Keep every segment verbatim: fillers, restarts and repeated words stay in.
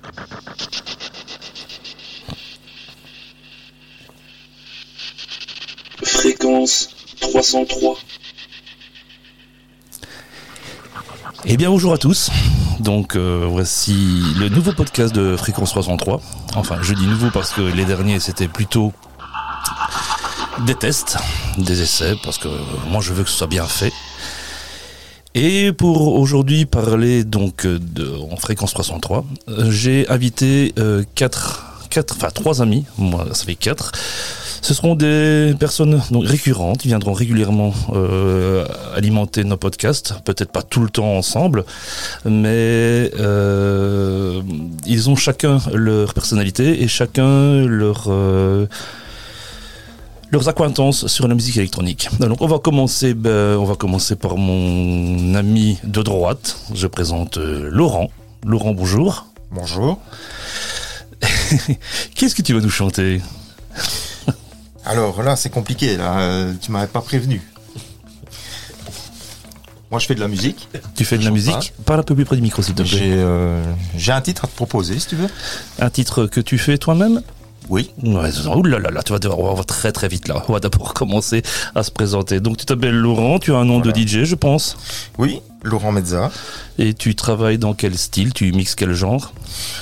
Fréquence trois cent trois. Eh bien bonjour à tous, donc euh, voici le nouveau podcast de Fréquence trois cent trois. Enfin je dis nouveau parce que les derniers c'était plutôt des tests, des essais, parce que euh, moi je veux que ce soit bien fait. Et pour aujourd'hui parler donc de, en Fréquence trois cent trois, euh, j'ai invité euh, quatre, quatre, enfin trois amis, moi ça fait quatre. Ce seront des personnes donc récurrentes, ils viendront régulièrement euh, alimenter nos podcasts, peut-être pas tout le temps ensemble, mais euh, ils ont chacun leur personnalité et chacun leur euh, leurs accointances sur la musique électronique. Donc on va commencer, ben, on va commencer par mon ami de droite. Je présente euh, Laurent. Laurent, bonjour. Bonjour. Qu'est-ce que tu vas nous chanter ? Alors là, c'est compliqué, là. Euh, tu m'avais pas prévenu. Moi, je fais de la musique. Tu fais de la musique ? Pas. Parle un peu plus près du micro, s'il te plaît. J'ai, euh, j'ai un titre à te proposer, si tu veux. Un titre que tu fais toi-même ? Oui. Ouais, ouh là là là, tu vas devoir, on va très très vite là. On va d'abord commencer à se présenter. Donc tu t'appelles Laurent, tu as un nom voilà. de D J, je pense. Oui, Laurent Mezza. Et tu travailles dans quel style ? Tu mixes quel genre ?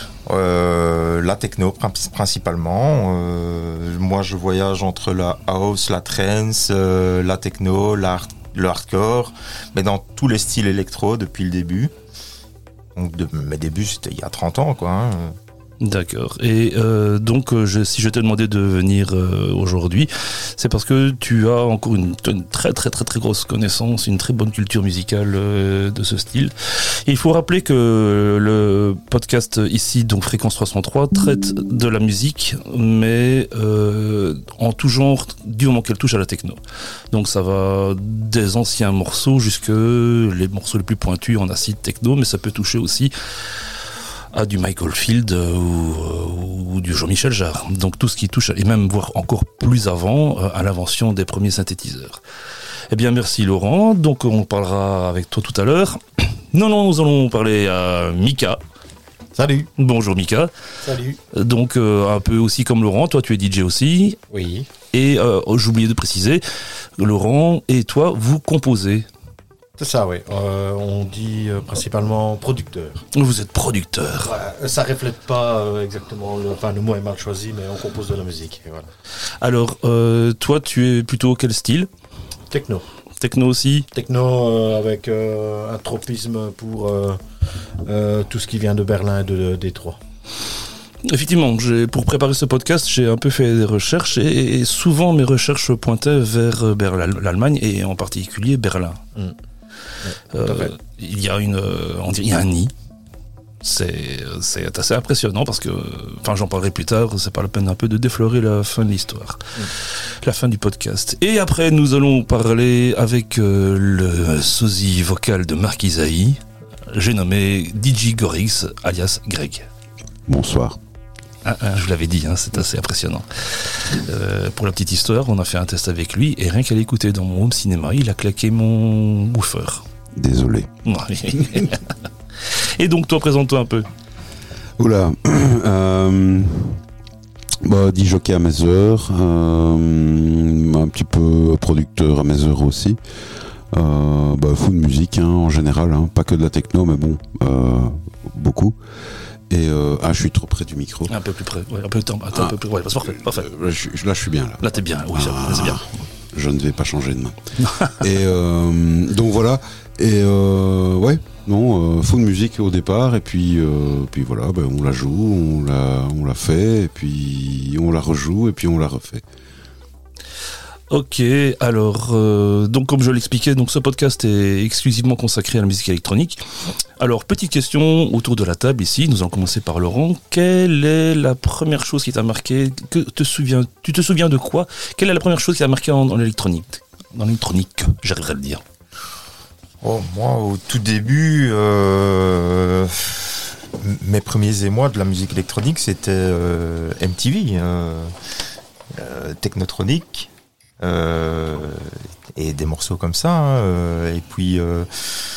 Euh, la techno principalement. Euh, moi, je voyage entre la house, la trance, euh, la techno, l'art, le hardcore, mais dans tous les styles électro depuis le début. Donc, de, mes débuts, c'était il y a trente ans, quoi. Hein. D'accord. Et euh, donc, je, si je t'ai demandé de venir euh, aujourd'hui, c'est parce que tu as encore une, une très très très très grosse connaissance, une très bonne culture musicale euh, de ce style. Et il faut rappeler que le podcast ici, donc Fréquence trois cent trois, traite de la musique, mais euh, en tout genre, du moment qu'elle touche à la techno. Donc ça va des anciens morceaux jusque les morceaux les plus pointus en acide techno, mais ça peut toucher aussi à du Michael Field euh, ou, ou du Jean-Michel Jarre. Donc tout ce qui touche, et même voire encore plus avant, euh, à l'invention des premiers synthétiseurs. Eh bien merci Laurent, donc on parlera avec toi tout à l'heure. Non, non, nous allons parler à Mika. Salut. Bonjour Mika. Salut. Donc euh, un peu aussi comme Laurent, toi tu es D J aussi. Oui. Et euh, j'oubliais de préciser, Laurent et toi, vous composez. C'est ça, oui. Euh, on dit euh, principalement producteur. Vous êtes producteur. Voilà. Ça reflète pas euh, exactement, le, enfin le mot est mal choisi, mais on compose de la musique. Et voilà. Alors, euh, toi, tu es plutôt quel style ? Techno. Techno aussi ? Techno euh, avec euh, un tropisme pour euh, euh, tout ce qui vient de Berlin et de, de Détroit. Effectivement, j'ai, pour préparer ce podcast, j'ai un peu fait des recherches et, et souvent mes recherches pointaient vers Berlin, l'Allemagne et en particulier Berlin. Mm. Euh, il y a une, on dirait, il y a un nid. C'est, c'est assez impressionnant parce que, enfin, j'en parlerai plus tard. C'est pas la peine un peu de déflorer la fin de l'histoire, mmh. la fin du podcast. Et après, nous allons parler avec euh, le sosie vocal de Marc Isaïe. J'ai nommé D J Gorix, alias Greg. Bonsoir. Ah, ah, je vous l'avais dit, hein, c'est assez impressionnant. Euh, pour la petite histoire, on a fait un test avec lui et rien qu'à l'écouter dans mon home cinéma, il a claqué mon woofer. Désolé. Et donc, toi, présente-toi un peu. Oula. Euh, bah, D J jockey à mes heures, euh, un petit peu producteur à mes heures aussi. Euh, bah, fou de musique hein, en général, hein, pas que de la techno, mais bon, euh, beaucoup. Et euh, ah, je suis trop près du micro. Un peu plus près. Ouais, un peu, attends, ah, un peu plus. Ouais, c'est parfait, parfait. Euh, là, je, là, je suis bien là. Là, t'es bien. Oui, ah, c'est bien. Je ne vais pas changer de main. Et euh, donc voilà. Et euh, ouais, non, euh, fou de musique au départ. Et puis, euh, puis voilà, ben, on la joue, on la, on la fait, et puis on la rejoue, et puis on la refait. Ok, alors, euh, donc comme je l'expliquais, donc ce podcast est exclusivement consacré à la musique électronique. Alors, petite question autour de la table ici, nous allons commencer par Laurent. Quelle est la première chose qui t'a marqué, que te souviens, tu te souviens de quoi ? Quelle est la première chose qui t'a marqué en, en électronique ? Dans l'électronique, j'arriverai à le dire. Oh, moi, au tout début, euh, mes premiers émois de la musique électronique, c'était euh, M T V, euh, euh, Technotronic. Euh, et des morceaux comme ça hein, euh, et puis euh,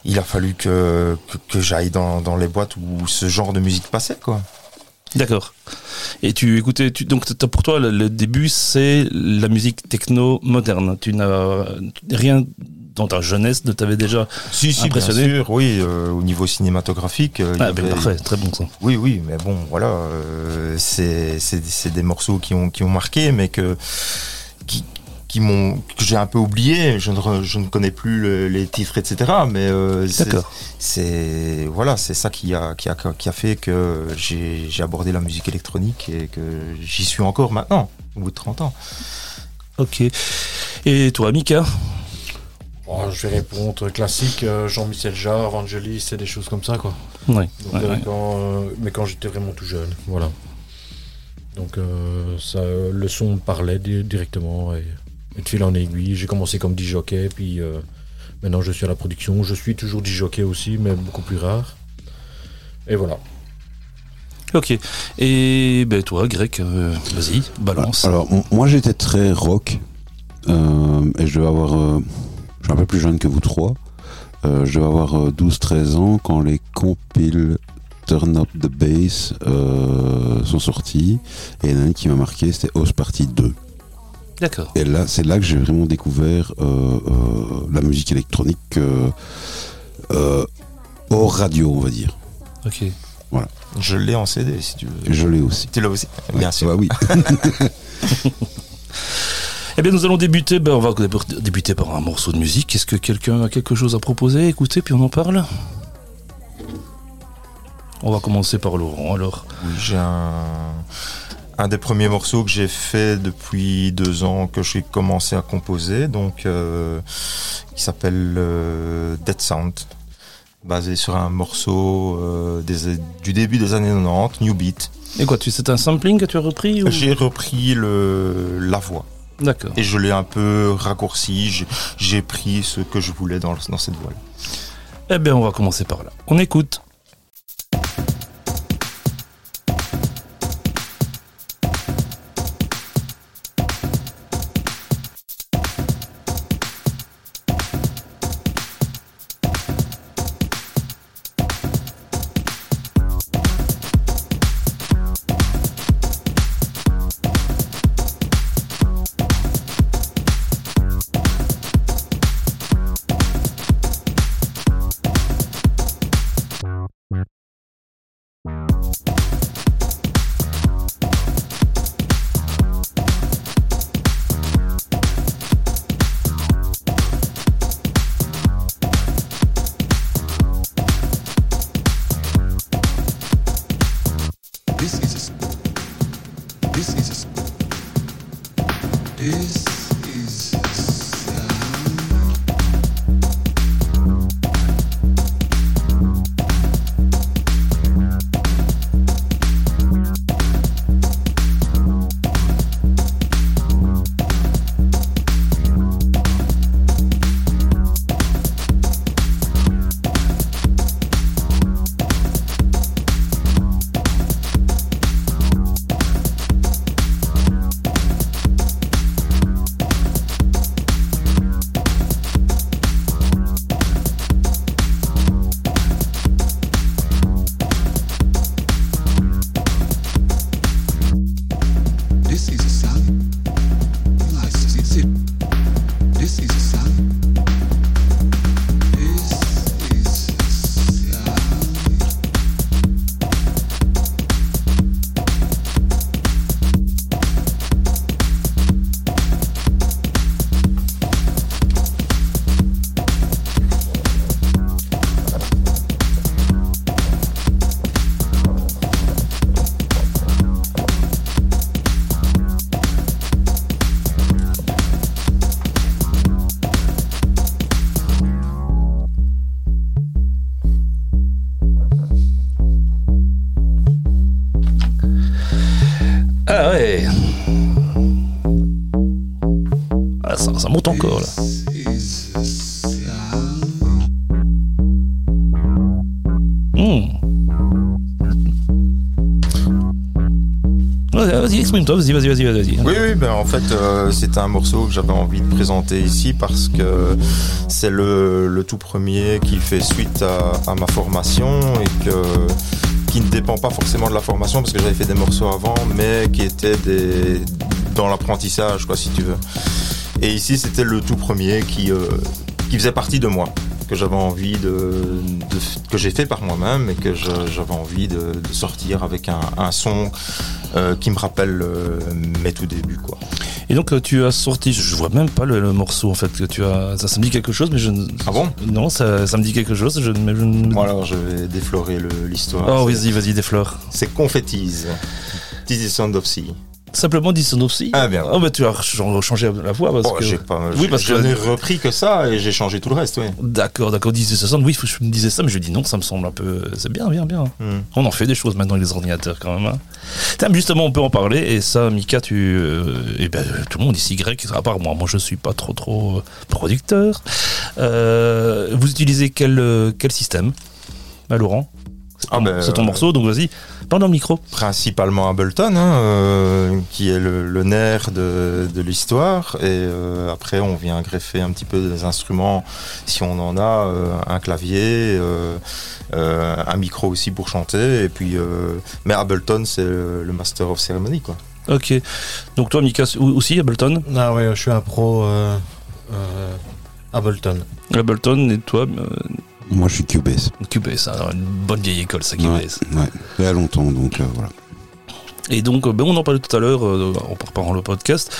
il a fallu que, que, que j'aille dans, dans les boîtes où ce genre de musique passait, quoi. D'accord. Et tu écoutais, tu, donc t'as- pour toi, le, le début, c'est la musique techno moderne. Tu n'as rien dans ta jeunesse ne t'avait déjà Si, si, impressionné. bien sûr, oui, euh, au niveau cinématographique. euh, il y Ah, ben avait- parfait, très bon ça. Oui, oui, mais bon, voilà, euh, c'est, c'est, c'est des morceaux qui ont, qui ont marqué, mais que, qui, qui m'ont, que j'ai un peu oublié. Je ne, re- je ne connais plus le- les titres, et cetera. Mais euh, c'est, D'accord. c'est, voilà, c'est ça qui a, qui a, qui a fait que j'ai, j'ai abordé la musique électronique et que j'y suis encore maintenant, au bout de trente ans. Ok. Et toi, Mika? Oh, je vais répondre classique, euh, Jean-Michel Jarre, Vangelis, c'est des choses comme ça, quoi. Ouais. Donc, ouais, euh, ouais. quand, euh, mais quand j'étais vraiment tout jeune, voilà. Donc euh, ça, le son me parlait di- directement et, et de fil en aiguille, j'ai commencé comme disjockey, puis euh, maintenant je suis à la production. Je suis toujours disjockey aussi, mais beaucoup plus rare. Et voilà. Ok. Et ben toi, Greg, euh, vas-y, balance. Alors, m- moi j'étais très rock, euh, et je devais avoir, euh, je suis un peu plus jeune que vous trois, euh, je devais avoir euh, douze treize ans quand les compiles Turn Up the Bass euh, sont sortis, et il y en a une qui m'a marqué, c'était House Party deux. D'accord. Et là, c'est là que j'ai vraiment découvert euh, euh, la musique électronique euh, euh, hors radio, on va dire. Ok. Je l'ai en C D, si tu veux. Je l'ai aussi. Tu l'as aussi? Bien sûr. Bah oui. Eh bien, nous allons débuter. Ben, on va d'abord débuter par un morceau de musique. Est-ce que quelqu'un a quelque chose à proposer? Écoutez, puis on en parle. On va commencer par Laurent, alors. Oui, j'ai un, un des premiers morceaux que j'ai fait depuis deux ans que j'ai commencé à composer, donc euh, qui s'appelle euh, Dead Sound, basé sur un morceau euh, des, du début des années quatre-vingt-dix, New Beat. Et quoi, tu, c'est un sampling que tu as repris ou... J'ai repris le, la voix D'accord. et je l'ai un peu raccourci, j'ai, j'ai pris ce que je voulais dans, dans cette voix-là. Eh bien, on va commencer par là. On écoute. This is a, this is a, this is a sound. This is a sound. This is it. This is a sound. This is a sound. Ah ouais. Ah, ça, ça monte encore, là. This is a sound. Hmm. Ouais, vas-y, exprime-toi, vas-y, vas-y, vas-y, vas-y. Oui, oui, ben en fait, euh, c'était un morceau que j'avais envie de présenter ici parce que c'est le, le tout premier qui fait suite à, à ma formation et que, qui ne dépend pas forcément de la formation parce que j'avais fait des morceaux avant, mais qui étaient des, dans l'apprentissage, quoi, si tu veux. Et ici, c'était le tout premier qui, euh, qui faisait partie de moi, que j'avais envie de, de que j'ai fait par moi-même et que je, j'avais envie de, de sortir avec un, un son euh, qui me rappelle euh, mes tout débuts, quoi. Et donc, euh, tu as sorti, je vois même pas le, le morceau en fait que tu as. Ça, ça me dit quelque chose, mais je ne. Ah bon? Non, ça, ça me dit quelque chose, je, mais je ne. Bon, alors je vais déflorer le, l'histoire. Oh, c'est, vas-y, vas-y, déflore. c'est Confettis. This is Sound of Sea. Simplement Disson aussi. Ah bien. Oh bah tu as changé la voix parce Oh, que. j'ai pas, Oui, parce je que- n'ai repris que ça et j'ai changé tout le reste, oui. D'accord, d'accord, dix soixante. Oui, faut- je me disais ça, mais je dis non, ça me semble un peu. C'est bien, bien, bien. Hmm. On en fait des choses maintenant avec les ordinateurs quand même. Hein. Tiens, justement, on peut en parler. Et ça, Mika, tu. Euh, et ben, tout le monde ici grec, à part moi. Moi, je suis pas trop, trop euh, producteur. Euh, vous utilisez quel, euh, quel système, bah, Laurent? C'est ton, Ah ben, c'est ton euh, morceau, donc vas-y. Parle dans le micro. Principalement Ableton, hein, euh, qui est le, le nerf de, de l'histoire. Et euh, après, on vient greffer un petit peu des instruments, si on en a, euh, un clavier, euh, euh, un micro aussi pour chanter. Et puis, euh, mais Ableton, c'est le, le Master of Ceremony, quoi. Ok. Donc toi, Mika, aussi Ableton. Ah ouais, je suis un pro euh, euh, Ableton. Ableton et toi, euh, Moi, je suis Cubase. Cubase, hein, une bonne vieille école, ça, Ouais, Cubase. ouais. Il y a longtemps, donc euh, voilà. Et donc, euh, ben, on en parlait tout à l'heure euh, en préparant le podcast.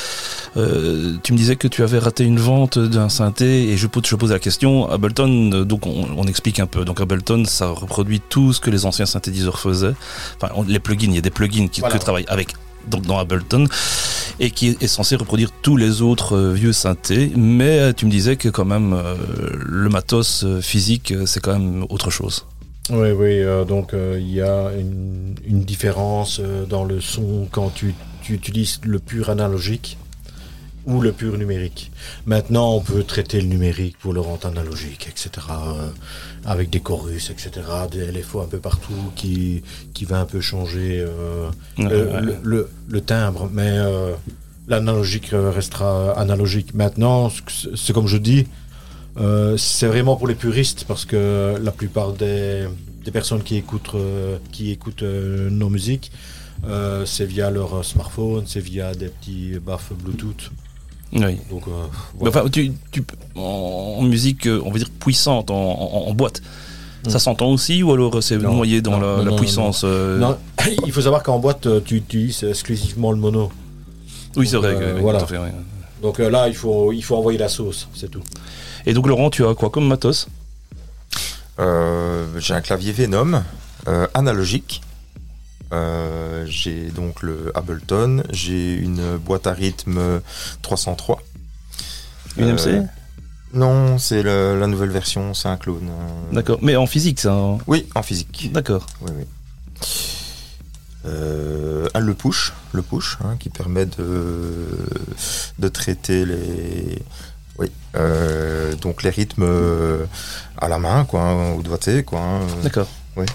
Euh, tu me disais que tu avais raté une vente d'un synthé et je pose, je pose la question. Ableton, euh, donc on, on explique un peu. Donc Ableton, ça reproduit tout ce que les anciens synthétiseurs faisaient. Enfin, on- les plugins, il y a des plugins qui, Voilà. que travaillent avec donc dans Ableton et qui est censé reproduire tous les autres euh, vieux synthés. Mais euh, tu me disais que quand même euh, le matos euh, physique, euh, c'est quand même autre chose. Oui, oui, euh, donc euh, il y a une, une différence euh, dans le son quand tu, tu utilises le pur analogique ou le pur numérique. Maintenant, on peut traiter le numérique pour le rendre analogique, et cetera. euh, avec des chorus, et cetera. Des L F O un peu partout qui, qui va un peu changer euh, Ouais, le, ouais. le, le- le timbre, mais euh, l'analogique euh, restera analogique. Maintenant, c'est c'est comme je dis, euh, c'est vraiment pour les puristes parce que la plupart des, des personnes qui écoutent, euh, qui écoutent euh, nos musiques, euh, c'est via leur euh, smartphone, c'est via des petits baffes Bluetooth. Oui. Donc, euh, Mais voilà. Enfin, tu, tu, en, en musique, euh, on va dire puissante, en, en, en boîte, ça s'entend aussi ou alors c'est Non, noyé dans non, la, non, la non, puissance euh, Non, il faut savoir qu'en boîte, euh, tu utilises exclusivement le mono. Oui, c'est Donc, vrai. euh, que- oui, voilà. tout à fait, oui. Donc euh, là, il faut, il faut envoyer la sauce, c'est tout. Et donc, Laurent, tu as quoi comme matos? Euh, j'ai un clavier Venom euh, analogique. Euh, j'ai donc le Ableton. J'ai une boîte à rythme trois cent trois. Une M C? Euh, Non, c'est le- la nouvelle version, c'est un clone. Euh, D'accord. Mais en physique, ça. hein. Oui, en physique. D'accord. Oui, oui. Euh, ah, le push, le push, hein, qui permet de, de traiter les, oui, euh, donc les rythmes euh, à la main, quoi, hein, au doigté, quoi. hein. D'accord. Oui.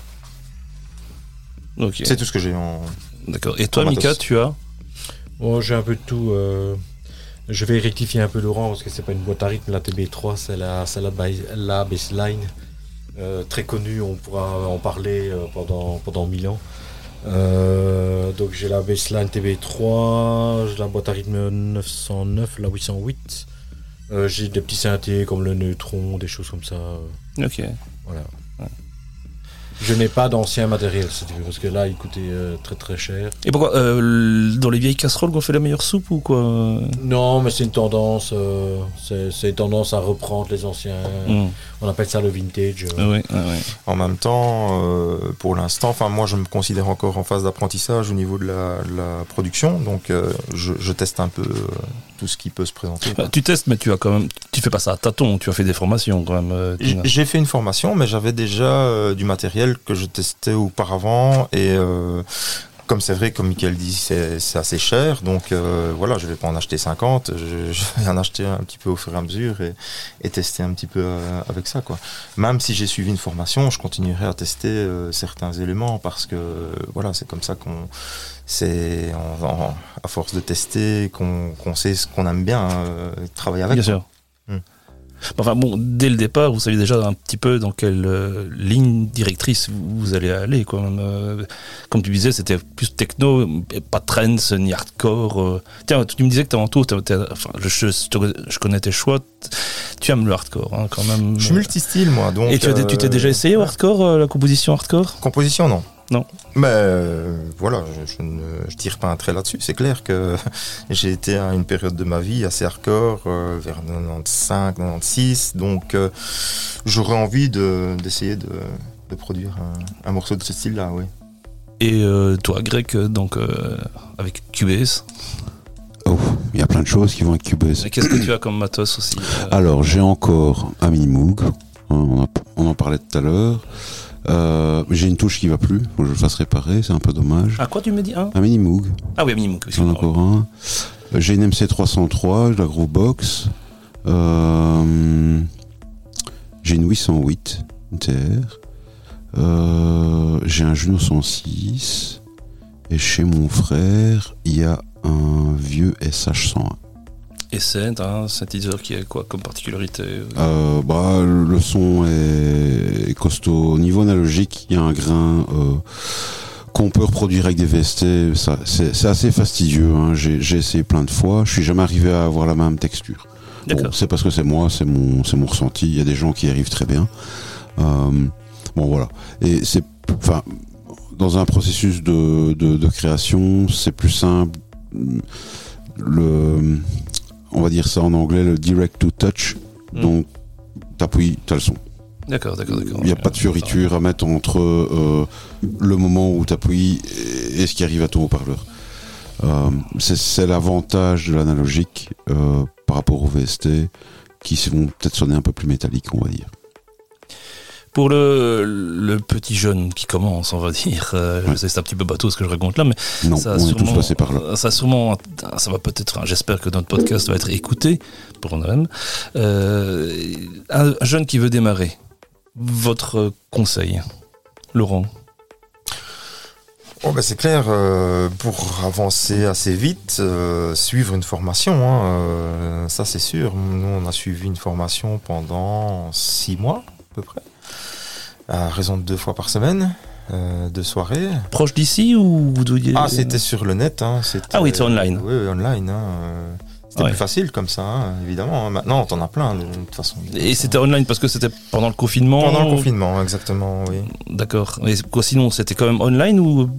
Ok. C'est tout ce que j'ai en. D'accord. Et toi, en Mika, matos. tu as Bon, j'ai un peu de tout. euh, Je vais rectifier un peu Laurent parce que c'est pas une boîte à rythme, la T B trois, c'est la, c'est la, base- la baseline. Euh, très connue, on pourra en parler euh, pendant, pendant mille ans. Euh, donc j'ai la baseline T B trois, j'ai la boîte à rythme neuf cent neuf, la huit cent huit. Euh, j'ai des petits synthés comme le Neutron, des choses comme ça. euh, Ok. Voilà. Je n'ai pas d'ancien matériel, si tu veux, parce que là, il coûtait euh, très très cher. Et pourquoi euh, dans les vieilles casseroles qu'on fait la meilleure soupe ou quoi? Non, mais c'est une tendance, euh, c'est c'est une tendance à reprendre les anciens. Hmm. On appelle ça le vintage. euh. Ah ouais, ah ouais. En même temps, euh, pour l'instant, enfin moi je me considère encore en phase d'apprentissage au niveau de la, de la production, donc euh, je, je teste un peu euh, tout ce qui peut se présenter. Bah, tu testes, mais tu as quand même, tu fais pas ça à tâtons. Tu as fait des formations quand même. euh, J- Tina. J'ai fait une formation, mais j'avais déjà euh, du matériel que je testais auparavant et euh, comme c'est vrai, comme Mickaël dit, c'est, c'est assez cher. Donc euh, voilà, je vais pas en acheter cinquante. Je, je vais en acheter un petit peu au fur et à mesure et, et tester un petit peu euh, avec ça, quoi. Même si j'ai suivi une formation, je continuerai à tester euh, certains éléments parce que euh, voilà, c'est comme ça qu'on, c'est en, en, à force de tester qu'on, qu'on sait ce qu'on aime bien euh, travailler avec. Bien sûr. Hmm. Enfin bon, dès le départ, vous saviez déjà un petit peu dans quelle euh, ligne directrice vous, vous allez aller, quoi. Même, euh, comme tu disais, c'était plus techno, et pas trance ni hardcore. Euh. Tiens, tu me disais que avant tout, t'as- t'as- enfin, je, je, je connais tes choix. Tu aimes le hardcore, hein, quand même. Je suis multi-style, moi. Donc, Et tu, as, tu t'es déjà essayé au hardcore, euh, la composition hardcore? Composition, non. Non. Mais euh, voilà, je, je ne je tire pas un trait là-dessus. C'est clair que j'ai été à une période de ma vie assez hardcore, euh, vers quatre-vingt-quinze, quatre-vingt-seize. Donc euh, j'aurais envie de, d'essayer de, de produire un, un morceau de ce style-là, oui. Et euh, toi, Greg, donc euh, avec Cubase, Oh, il y a plein de choses qui vont avec Cubase. qu'est-ce que tu as comme matos aussi euh, Alors, j'ai encore un mini Moog. Hein, on, a- on en parlait tout à l'heure. Euh, j'ai une touche qui va plus. Faut que je le fasse réparer. C'est un peu dommage. À quoi tu me dis hein Un mini Moog. Ah oui, minimum. J'en ai encore un. Euh, J'ai une M C trois cent trois, de la Groovebox. Euh, j'ai une huit cent huit, une T R. Euh, j'ai un Juno cent six. Et chez mon frère, il y a un vieux S H cent un. Et c'est un synthétiseur qui a quoi comme particularité euh, Euh, bah, le son est, est costaud. Au niveau analogique, il y a un grain euh, qu'on peut reproduire avec des V S T. Ça, c'est, c'est assez fastidieux. Hein. J'ai, j'ai essayé plein de fois. Je suis jamais arrivé à avoir la même texture. D'accord. Bon, c'est parce que c'est moi, c'est mon, c'est mon ressenti. Il y a des gens qui y arrivent très bien. Euh, bon, voilà. Et c'est, enfin, dans un processus de, de, de création, c'est plus simple. Le, on va dire ça en anglais, le direct to touch. Mm. Donc, t'appuies, t'as le son. D'accord, d'accord, d'accord. Il n'y a pas de fioriture à mettre entre euh, le moment où t'appuies et, et ce qui arrive à ton haut-parleur. Euh, c'est, c'est l'avantage de l'analogique euh, par rapport au V S T qui vont peut-être sonner un peu plus métallique, on va dire. Pour le, le petit jeune qui commence, on va dire, euh, je Ouais. sais, c'est un petit peu bateau ce que je raconte là, mais Non, ça a on est tous sûrement- passés par là. Ça a sûrement, ça va peut-être, enfin, j'espère que notre podcast va être écouté pour nous-mêmes. Euh, un, un jeune qui veut démarrer, votre conseil, Laurent? Oh, ben c'est clair, euh, pour avancer assez vite, euh, suivre une formation, hein, euh, ça c'est sûr. Nous, on a suivi une formation pendant six mois, à peu près, à raison de deux fois par semaine, euh, deux soirées. Proche d'ici ou vous deviez... Ah, c'était sur le net. Hein, c'était, Ah oui, c'est online. Oui, oui, online. Hein, euh, c'était Ouais. plus facile comme ça, hein, évidemment. hein. Maintenant, t'en as plein, de, de toute façon. Et c'était online parce que c'était pendant le confinement? Pendant le confinement, exactement, oui. D'accord. Et quoi, sinon, c'était quand même online ou...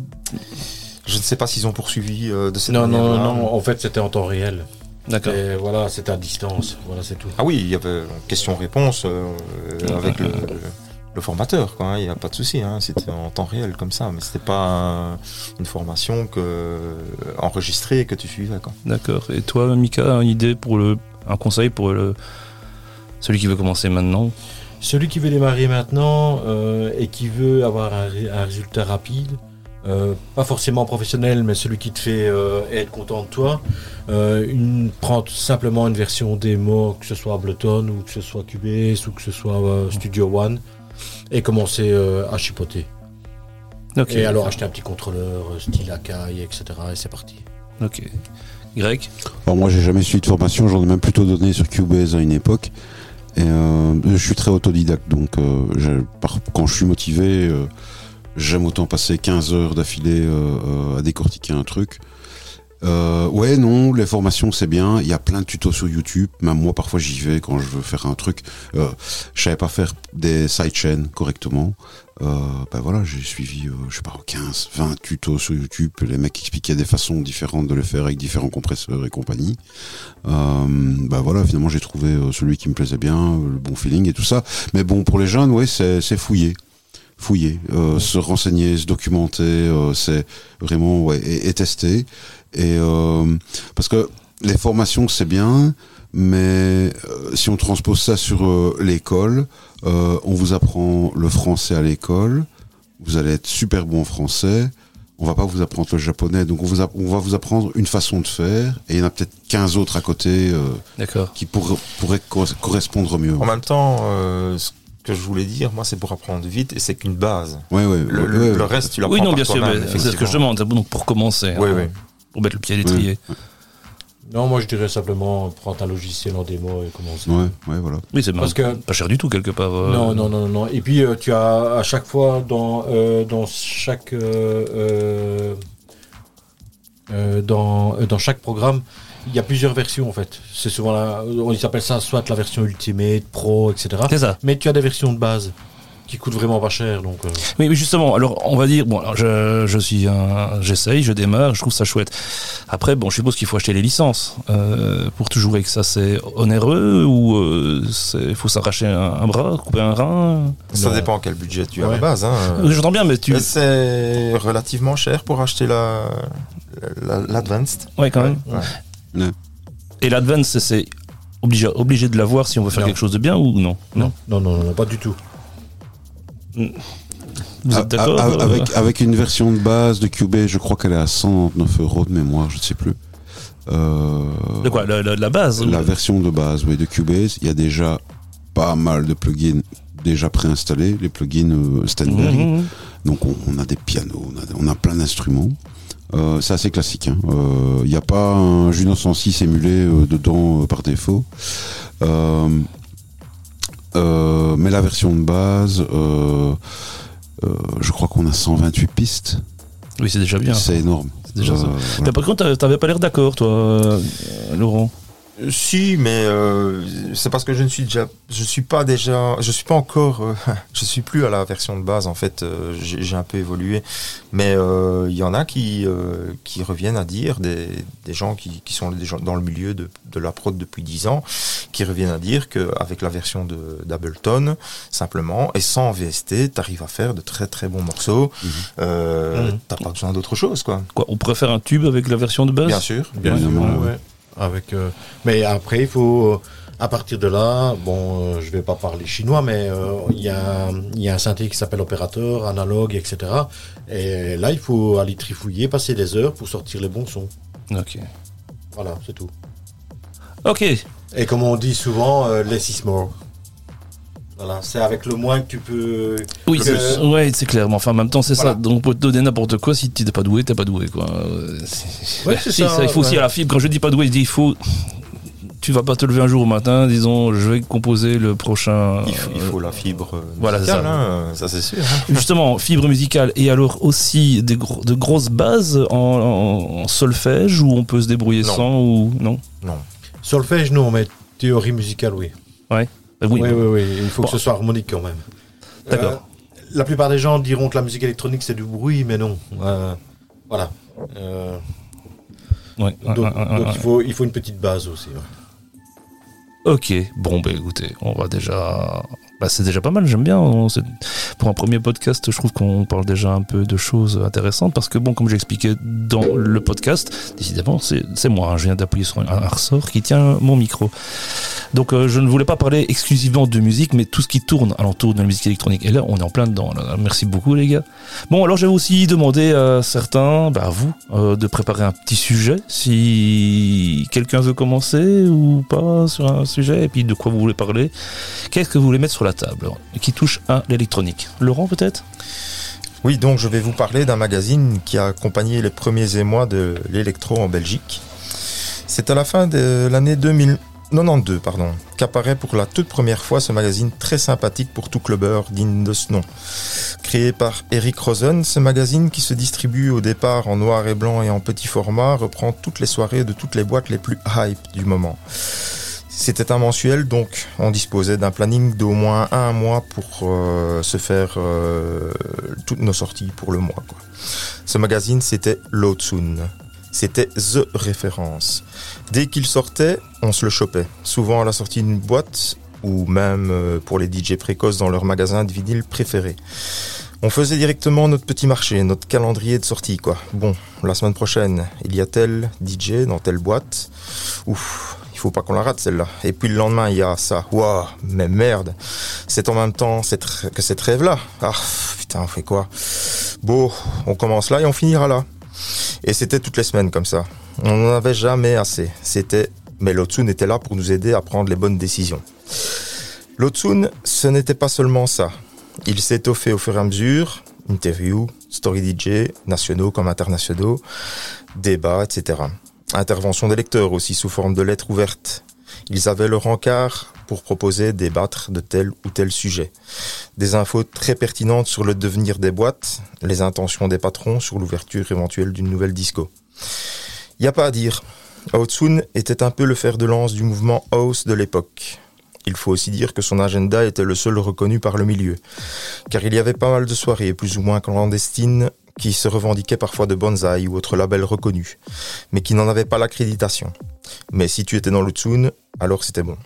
Je ne sais pas s'ils ont poursuivi euh, de cette Non, non, manière-là. non, en fait c'était en temps réel. D'accord. Et voilà, c'était à distance. Voilà, c'est tout. Ah oui, il y avait question-réponse euh, avec le, le, le formateur, quoi. Il n'y a pas de souci. Hein, c'était en temps réel comme ça, mais c'était pas un- une formation que euh, enregistrée que tu suivais, quoi. D'accord. Et toi, Mika, une idée pour le, un conseil pour le, celui qui veut commencer maintenant? Celui qui veut démarrer maintenant euh, et qui veut avoir un, ré- un résultat rapide, euh, pas forcément professionnel, mais celui qui te fait euh, être content de toi, euh, une, prends tout simplement une version démo, que ce soit Ableton ou que ce soit Cubase ou que ce soit euh, Studio One, et commencer euh, à chipoter. Ok. Et alors acheter un petit contrôleur, euh, style Akai, et cetera. Et c'est parti. Ok. Greg? Alors moi, j'ai jamais suivi de formation. J'en ai même plutôt donné sur Cubase à une époque. Et euh, je suis très autodidacte, donc euh, j'ai- par- quand je suis motivé, euh, j'aime autant passer quinze heures d'affilée euh, euh, à décortiquer un truc. Euh, ouais, non, les formations c'est bien. Il y a plein de tutos sur YouTube. Même moi, parfois, j'y vais quand je veux faire un truc. Euh, je savais pas faire des sidechains correctement. Euh, ben voilà, j'ai suivi, euh, je sais pas, quinze, vingt tutos sur YouTube. Les mecs expliquaient des façons différentes de le faire avec différents compresseurs et compagnie. Euh, ben voilà, finalement, j'ai trouvé euh, celui qui me plaisait bien, euh, le bon feeling et tout ça. Mais bon, pour les jeunes, ouais, c'est, c'est fouiller. Fouiller, euh, se renseigner, se documenter, euh, c'est vraiment, ouais, et, et tester. Et euh, parce que les formations c'est bien, mais euh, si on transpose ça sur euh, l'école, euh, on vous apprend le français à l'école, vous allez être super bon en français, on va pas vous apprendre le japonais, donc on, vous a, on va vous apprendre une façon de faire, et il y en a peut-être quinze autres à côté euh, D'accord. qui pour, pourraient cor- correspondre mieux. En même temps, euh, ce que je voulais dire, moi, c'est pour apprendre vite, et c'est qu'une base. Ouais, ouais, Le, ouais, le- ouais, le ouais. reste, tu l'apprends Oui, non, par bien sûr, toi-même, mais c'est ce que je effectivement. demande. Donc pour commencer, Oui, hein, oui. pour mettre le pied à l'étrier. Ouais, Non, moi je dirais simplement prends un logiciel en démo et commence. ouais, ouais, voilà. Oui, c'est Parce pas, que- pas cher du tout quelque part. euh. Non, non, non, non. Et puis euh, tu as à chaque fois dans euh, dans chaque euh, euh, euh, dans euh, dans chaque programme, il y a plusieurs versions en fait. C'est souvent la, on ils appellent ça soit la version Ultimate, Pro, et cetera. C'est ça. Mais tu as des versions de base qui coûtent vraiment pas cher, donc. euh, Oui, mais justement, alors on va dire, bon, alors, je, je suis un, j'essaye, je démarre, je trouve ça chouette. Après, bon, je suppose qu'il faut acheter les licences euh, pour tout jouer avec ça. C'est onéreux ou euh, il faut s'arracher un, un bras, couper un rein. Ça Non. dépend quel budget tu as à Ouais. la base. Hein. Euh, J'entends bien, mais tu, Mais c'est relativement cher pour acheter la, la- l'Advanced. ouais, quand même. Ouais. Et l'advance, c'est- c'est obligé, obligé de l'avoir si on veut faire Non. quelque chose de bien ou non. Non, non, non, non, pas du tout. Vous A- êtes d'accord a- euh, avec, avec une version de base de Cubase, je crois qu'elle est à cent neuf euros de mémoire, je ne sais plus. Euh, De quoi, la, la- la base La version de base, oui, de Cubase, il y a déjà pas mal de plugins déjà préinstallés, les plugins euh, Stanberry. Mhm. Donc on, on a des pianos, on a, on a plein d'instruments. Euh, c'est assez classique. Il hein. n'y a pas un Juno cent six émulé euh, dedans euh, par défaut. Euh, euh, mais la version de base, euh, euh, je crois qu'on a cent vingt-huit pistes. Oui, c'est déjà bien. C'est énorme. C'est déjà ça. Euh, Mais voilà. par contre, t'avais- t'avais pas l'air d'accord, toi, euh, Laurent. Euh, Si, mais euh, c'est parce que je ne suis déjà, je suis pas déjà, je suis pas encore, euh, je suis plus à la version de base en fait. euh, j'ai, j'ai un peu évolué, mais euh, il y en a qui euh, qui reviennent à dire des, des gens qui, qui sont des gens dans le milieu de, de la prod depuis dix ans, qui reviennent à dire que avec la version de d'Ableton simplement et sans V S T, t'arrives à faire de très très bons morceaux. Mhm. Euh, Mhm. T'as pas besoin d'autre chose quoi. Quoi, on préfère un tube avec la version de base Bien sûr. Bien sûr, Évidemment, ouais, ouais. ouais. Avec, euh, mais après, il faut, à partir de là, bon, euh, je vais pas parler chinois, mais euh, il y, a un- il y a un synthé qui s'appelle opérateur, analogue, et cetera. Et là, il faut aller trifouiller, passer des heures pour sortir les bons sons. Ok. Voilà, c'est tout. Ok. Et comme on dit souvent, euh, less is more. Voilà, c'est avec le moins que tu peux. Oui, que- c'est, ouais, c'est clair. Mais enfin, en même temps, c'est Voilà. ça. Donc, on peut te donner n'importe quoi. Si tu n'es pas doué, t'es pas doué, quoi. Euh, c'est- Ouais, c'est si, ça, Il faut aussi ouais. à la fibre. Quand je dis pas doué, je dis il faut. Tu vas pas te lever un jour au matin, disons, je vais composer le prochain. Il faut, il faut la fibre euh, Voilà, c'est musicale, ça. hein, ça c'est sûr. hein. Justement, fibre musicale et alors aussi des gros- de grosses bases en, en- en solfège où on peut se débrouiller Non. sans ou non. Non. Solfège, non, mais théorie musicale, oui. Euh, Oui. Oui, oui, oui. Il faut Bon. que ce soit harmonique quand même. D'accord. Euh, la plupart des gens diront que la musique électronique c'est du bruit, mais non. Euh, voilà. Euh, Ouais. donc Ouais, ouais, ouais, donc ouais. il, faut, il faut une petite base aussi. ouais. Ok, bon, bah écoutez, on va déjà. Bah, c'est déjà pas mal, j'aime bien. On- c'est- Pour un premier podcast, je trouve qu'on parle déjà un peu de choses intéressantes parce que, bon, comme j'expliquais dans le podcast, décidément, c'est c'est moi, hein, je viens d'appuyer sur un, un ressort qui tient mon micro. Donc, euh, je ne voulais pas parler exclusivement de musique, mais tout ce qui tourne alentour de la musique électronique. Et là, on est en plein dedans. Là. Merci beaucoup, les gars. Bon, alors, j'avais aussi demandé à certains, bah, à vous, euh, de préparer un petit sujet. Si quelqu'un veut commencer ou pas sur un sujet, et puis de quoi vous voulez parler. Qu'est-ce que vous voulez mettre sur la table qui touche à l'électronique? Laurent, peut-être? Oui, donc je vais vous parler d'un magazine qui a accompagné les premiers émois de l'électro en Belgique. C'est à la fin de l'année deux mille quatre-vingt-douze pardon, qu'apparaît pour la toute première fois ce magazine très sympathique pour tout clubbeur digne de ce nom. Créé par Eric Rosen, ce magazine qui se distribue au départ en noir et blanc et en petit format reprend toutes les soirées de toutes les boîtes les plus hype du moment. C'était un mensuel, donc on disposait d'un planning d'au moins un mois pour euh, se faire euh, toutes nos sorties pour le mois, quoi. Ce magazine, c'était Loadsoon. C'était The référence. Dès qu'il sortait, on se le chopait. Souvent à la sortie d'une boîte, ou même euh, pour les D J précoces dans leur magasin de vinyle préféré. On faisait directement notre petit marché, notre calendrier de sortie, quoi. Bon, la semaine prochaine, il y a tel D J dans telle boîte. Ouf, il faut pas qu'on la rate celle-là. Et puis le lendemain, il y a ça. Waouh, mais merde. C'est en même temps cette, que cette rêve-là. Ah, putain, on fait quoi? Bon, on commence là et on finira là. Et c'était toutes les semaines comme ça. On n'en avait jamais assez. C'était, mais l'Otsun était là pour nous aider à prendre les bonnes décisions. L'Otsun, ce n'était pas seulement ça. Il s'est étoffé au fur et à mesure, interviews, story D J, nationaux comme internationaux, débats, et cetera. Intervention des lecteurs aussi sous forme de lettres ouvertes. Ils avaient leur encart pour proposer, débattre de tel ou tel sujet. Des infos très pertinentes sur le devenir des boîtes, les intentions des patrons sur l'ouverture éventuelle d'une nouvelle disco. Y a pas à dire, Otsun était un peu le fer de lance du mouvement house de l'époque. Il faut aussi dire que son agenda était le seul reconnu par le milieu, car il y avait pas mal de soirées plus ou moins clandestines qui se revendiquaient parfois de bonsaï ou autres labels reconnus, mais qui n'en avaient pas l'accréditation. Mais si tu étais dans l'Otsun, alors c'était bon.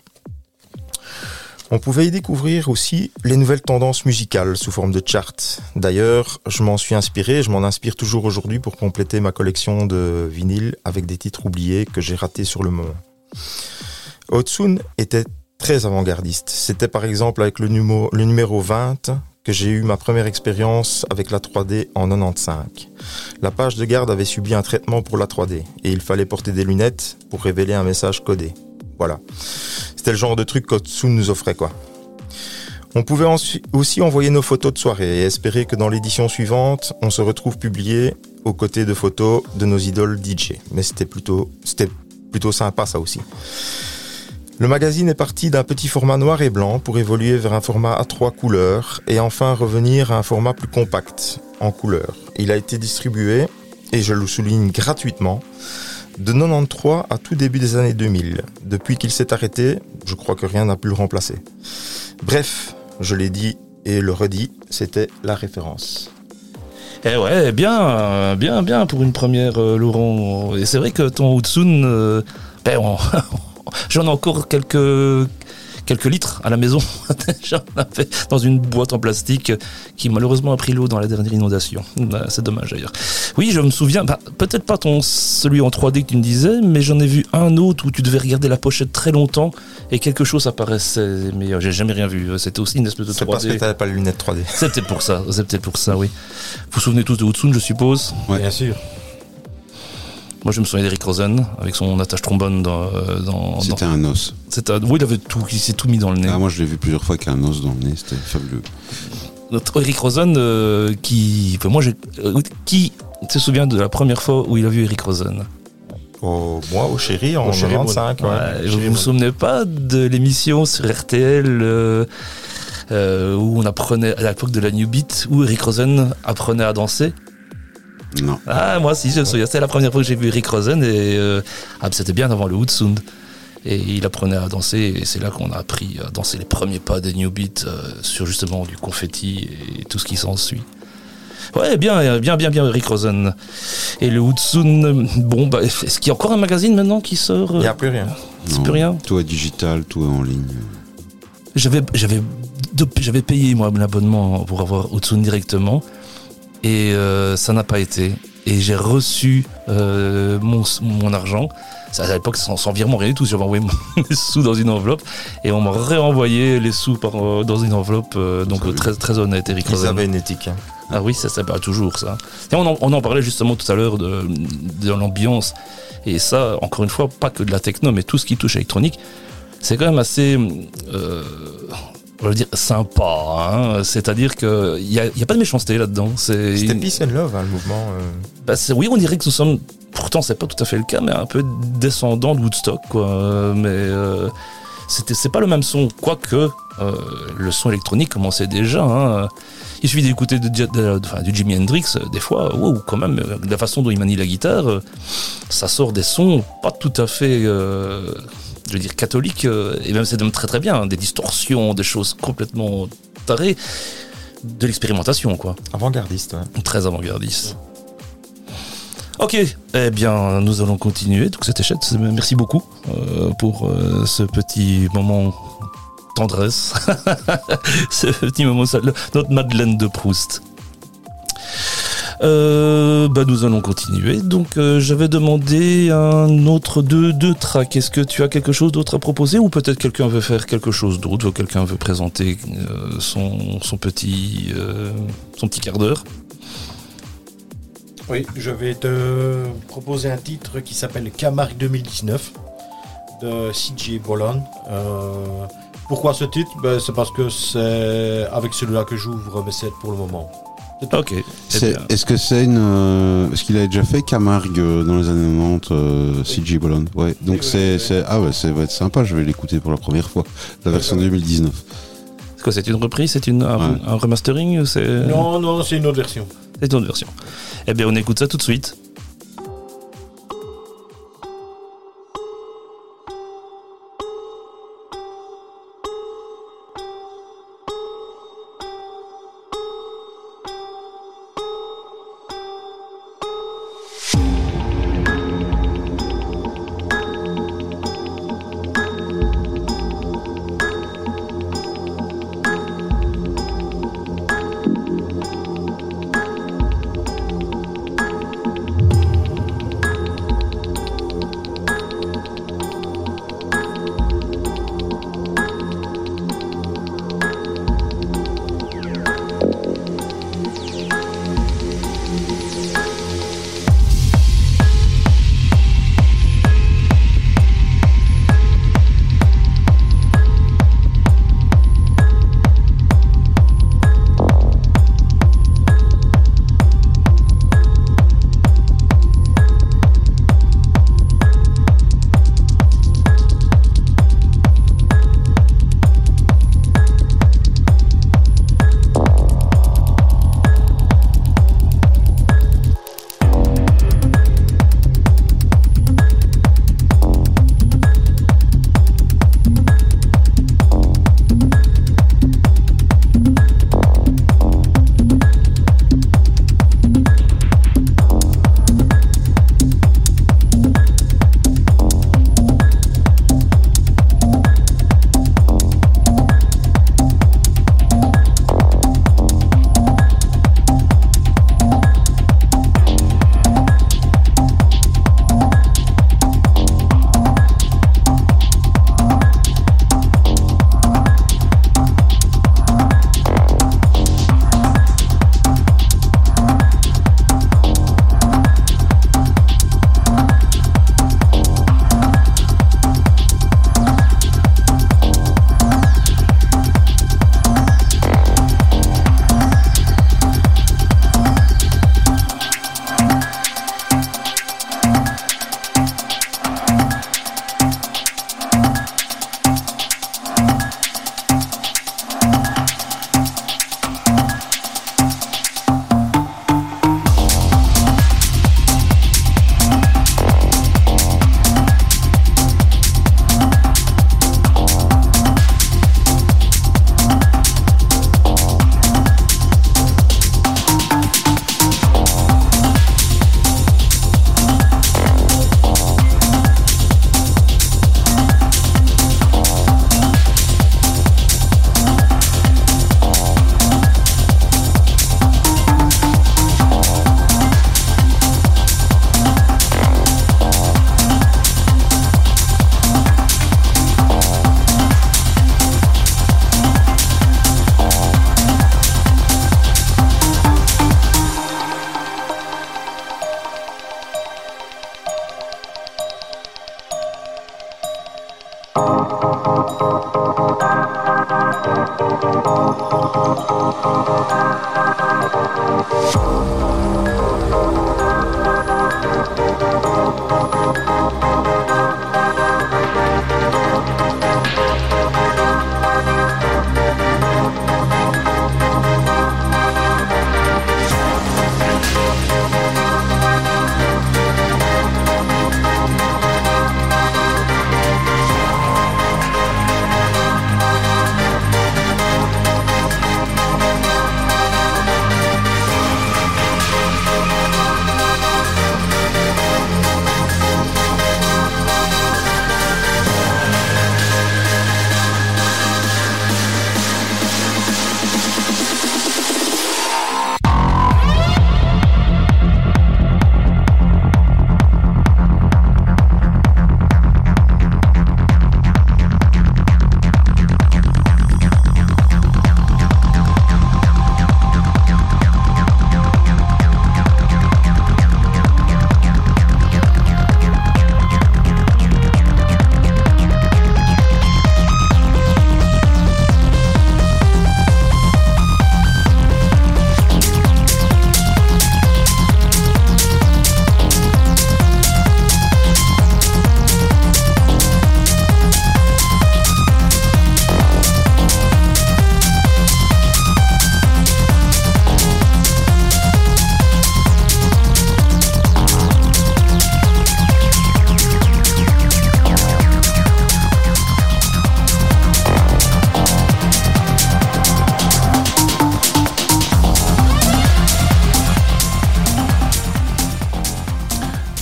On pouvait y découvrir aussi les nouvelles tendances musicales sous forme de charts. D'ailleurs, je m'en suis inspiré, je m'en inspire toujours aujourd'hui pour compléter ma collection de vinyles avec des titres oubliés que j'ai ratés sur le moment. Otsun était très avant-gardiste. C'était par exemple avec le numéro, le numéro vingt que j'ai eu ma première expérience avec la trois D en quatre-vingt-quinze. La page de garde avait subi un traitement pour la trois D et il fallait porter des lunettes pour révéler un message codé. Voilà. C'était le genre de truc qu'Otsun nous offrait, quoi. On pouvait aussi envoyer nos photos de soirée et espérer que dans l'édition suivante, on se retrouve publié aux côtés de photos de nos idoles D J. Mais c'était plutôt, c'était plutôt sympa, ça aussi. Le magazine est parti d'un petit format noir et blanc pour évoluer vers un format à trois couleurs et enfin revenir à un format plus compact, en couleur. Il a été distribué, et je le souligne gratuitement, de quatre-vingt-treize à tout début des années deux mille. Depuis qu'il s'est arrêté, je crois que rien n'a pu le remplacer. Bref, je l'ai dit et le redis, c'était la référence. Eh ouais, bien, bien, bien pour une première, euh, Laurent. Et c'est vrai que ton Otsun, euh, ben on, j'en ai encore quelques quelques litres à la maison. J'en avais dans une boîte en plastique qui malheureusement a pris l'eau dans la dernière inondation. Ben, c'est dommage d'ailleurs. Oui, je me souviens, bah, peut-être pas ton celui en trois D que tu me disais, mais j'en ai vu un autre où tu devais regarder la pochette très longtemps et quelque chose apparaissait, mais euh, j'ai jamais rien vu. C'était aussi une espèce de C'est trois D. parce que t'avais pas les lunettes trois D. C'est peut-être pour ça, c'est peut-être pour ça, oui. Vous vous souvenez tous de Otsun, je suppose? Ouais. Bien sûr. Moi, je me souviens d'Eric Rosen avec son attache trombone dans. dans C'était dans... un os. C'était un... Oui, il avait tout, il s'est tout mis dans le nez. Ah, moi, je l'ai vu plusieurs fois avec un os dans le nez, c'était fabuleux. Notre Eric Rosen, euh, qui. Enfin, moi, j'ai. euh, qui se souvient de la première fois où il a vu Eric Rosen? Au, moi, au Chéri, en Au Chéri, quatre-vingt-quinze, ouais. Ouais, vous vous souvenez pas de l'émission sur R T L euh, euh, où on apprenait, à l'époque de la New Beat, où Eric Rosen apprenait à danser? Non. Ah, moi si, je me souviens. C'était la première fois que j'ai vu Eric Rosen et euh, ah, c'était bien avant le Otsun. Et il apprenait à danser et c'est là qu'on a appris à danser les premiers pas des New Beat euh, sur justement du confetti et tout ce qui s'ensuit. Ouais, bien, bien, bien, bien, Eric Rosen. Et le Otsun, bon, bah, est-ce qu'il y a encore un magazine maintenant qui sort? Il n'y a plus rien. C'est Non. plus rien. Tout est digital, tout est en ligne. J'avais, j'avais, j'avais payé moi l'abonnement pour avoir Otsun directement. Et euh, ça n'a pas été. Et j'ai reçu euh, mon, mon argent. À l'époque, sans, sans virement, rien du tout. J'avais envoyé mes sous dans une enveloppe. Et on m'a réenvoyé les sous par, euh, dans une enveloppe. Euh, donc euh, très, très honnête, Eric Ils Rosen. avaient une éthique. Hein. Ah oui, ça, c'est pas toujours ça. Et on, en, on en parlait justement tout à l'heure de, de l'ambiance. Et ça, encore une fois, pas que de la techno, mais tout ce qui touche à l'électronique. C'est quand même assez... Euh, on va dire sympa, hein. C'est-à-dire qu'il n'y a, y a pas de méchanceté là-dedans. C'est C'était Peace and Love, hein, le mouvement. Euh... Bah c'est, oui, on dirait que nous sommes, pourtant c'est pas tout à fait le cas, mais un peu descendants de Woodstock, quoi. Mais euh, c'était, c'est pas le même son, quoique euh, le son électronique commençait déjà. Hein. Il suffit d'écouter de, de, de, enfin, du Jimi Hendrix, des fois, wow, quand même, de la façon dont il manie la guitare, ça sort des sons pas tout à fait... Euh, je veux dire catholique, euh, et même c'est même très très bien, hein, des distorsions, des choses complètement tarées, de l'expérimentation, quoi. Avant-gardiste, ouais. Très avant-gardiste. Ok, eh bien nous allons continuer, donc c'était chouette, merci beaucoup euh, pour euh, ce petit moment tendresse, ce petit moment, notre Madeleine de Proust. Euh, bah nous allons continuer. Donc euh, j'avais demandé un autre deux, deux tracks. Est-ce que tu as quelque chose d'autre à proposer ou peut-être quelqu'un veut faire quelque chose d'autre, ou quelqu'un veut présenter euh, son, son petit euh, son petit quart d'heure? Oui, je vais te proposer un titre qui s'appelle Camargue deux mille dix-neuf de C J Bolon. Euh, pourquoi ce titre? Ben, c'est parce que c'est avec celui-là que j'ouvre mes sets pour le moment. Ok. Eh C'est- bien, Est-ce que c'est une. euh, Est-ce qu'il a déjà fait Camargue euh, dans les années quatre-vingt-dix, euh, C J Bolon? Ouais, donc Oui, oui, c'est. oui. c'est- Ah ouais, ça va être sympa, je vais l'écouter pour la première fois. La version deux mille dix-neuf. c'est quoi, c'est une reprise, c'est une, un, Ouais. un remastering ou c'est... Non, non, c'est une autre version. C'est une autre version. Eh bien, on écoute ça tout de suite.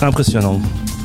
Impressionnant.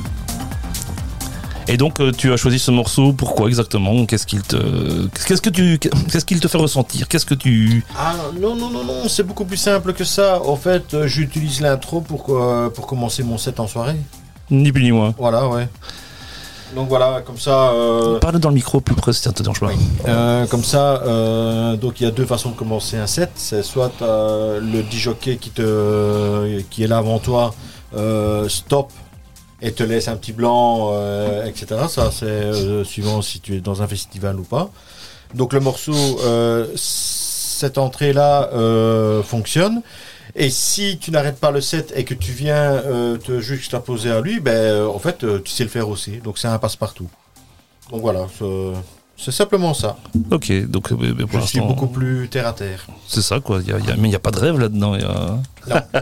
Et donc euh, tu as choisi ce morceau, pourquoi exactement? Qu'est-ce qu'il te, qu'est-ce que tu, qu'est-ce qu'il te fait ressentir? Qu'est-ce que tu... Ah non, non, non, non, c'est beaucoup plus simple que ça. En fait, euh, j'utilise l'intro pour, euh, pour commencer mon set en soirée. Ni plus ni moins. Voilà, ouais. Donc voilà, comme ça... Euh... Parle dans le micro plus près si ça te dérange pas. Oui. Euh, comme ça, euh, donc il y a deux façons de commencer un set. C'est soit euh, le disjockey qui, te, qui est là avant toi, euh, stop, et te laisse un petit blanc, euh, et cetera. Ça, c'est euh, suivant si tu es dans un festival ou pas. Donc le morceau, euh, cette entrée-là euh, fonctionne. Et si tu n'arrêtes pas le set et que tu viens euh, te juxtaposer à lui, ben euh, en fait, euh, tu sais le faire aussi. Donc c'est un passe-partout. Donc voilà, c'est, c'est simplement ça. Ok, donc euh, pour Je suis l'instant, beaucoup plus terre à terre. c'est ça quoi. Il y a, il y a- mais il n'y a pas de rêve là-dedans. il y a- Non.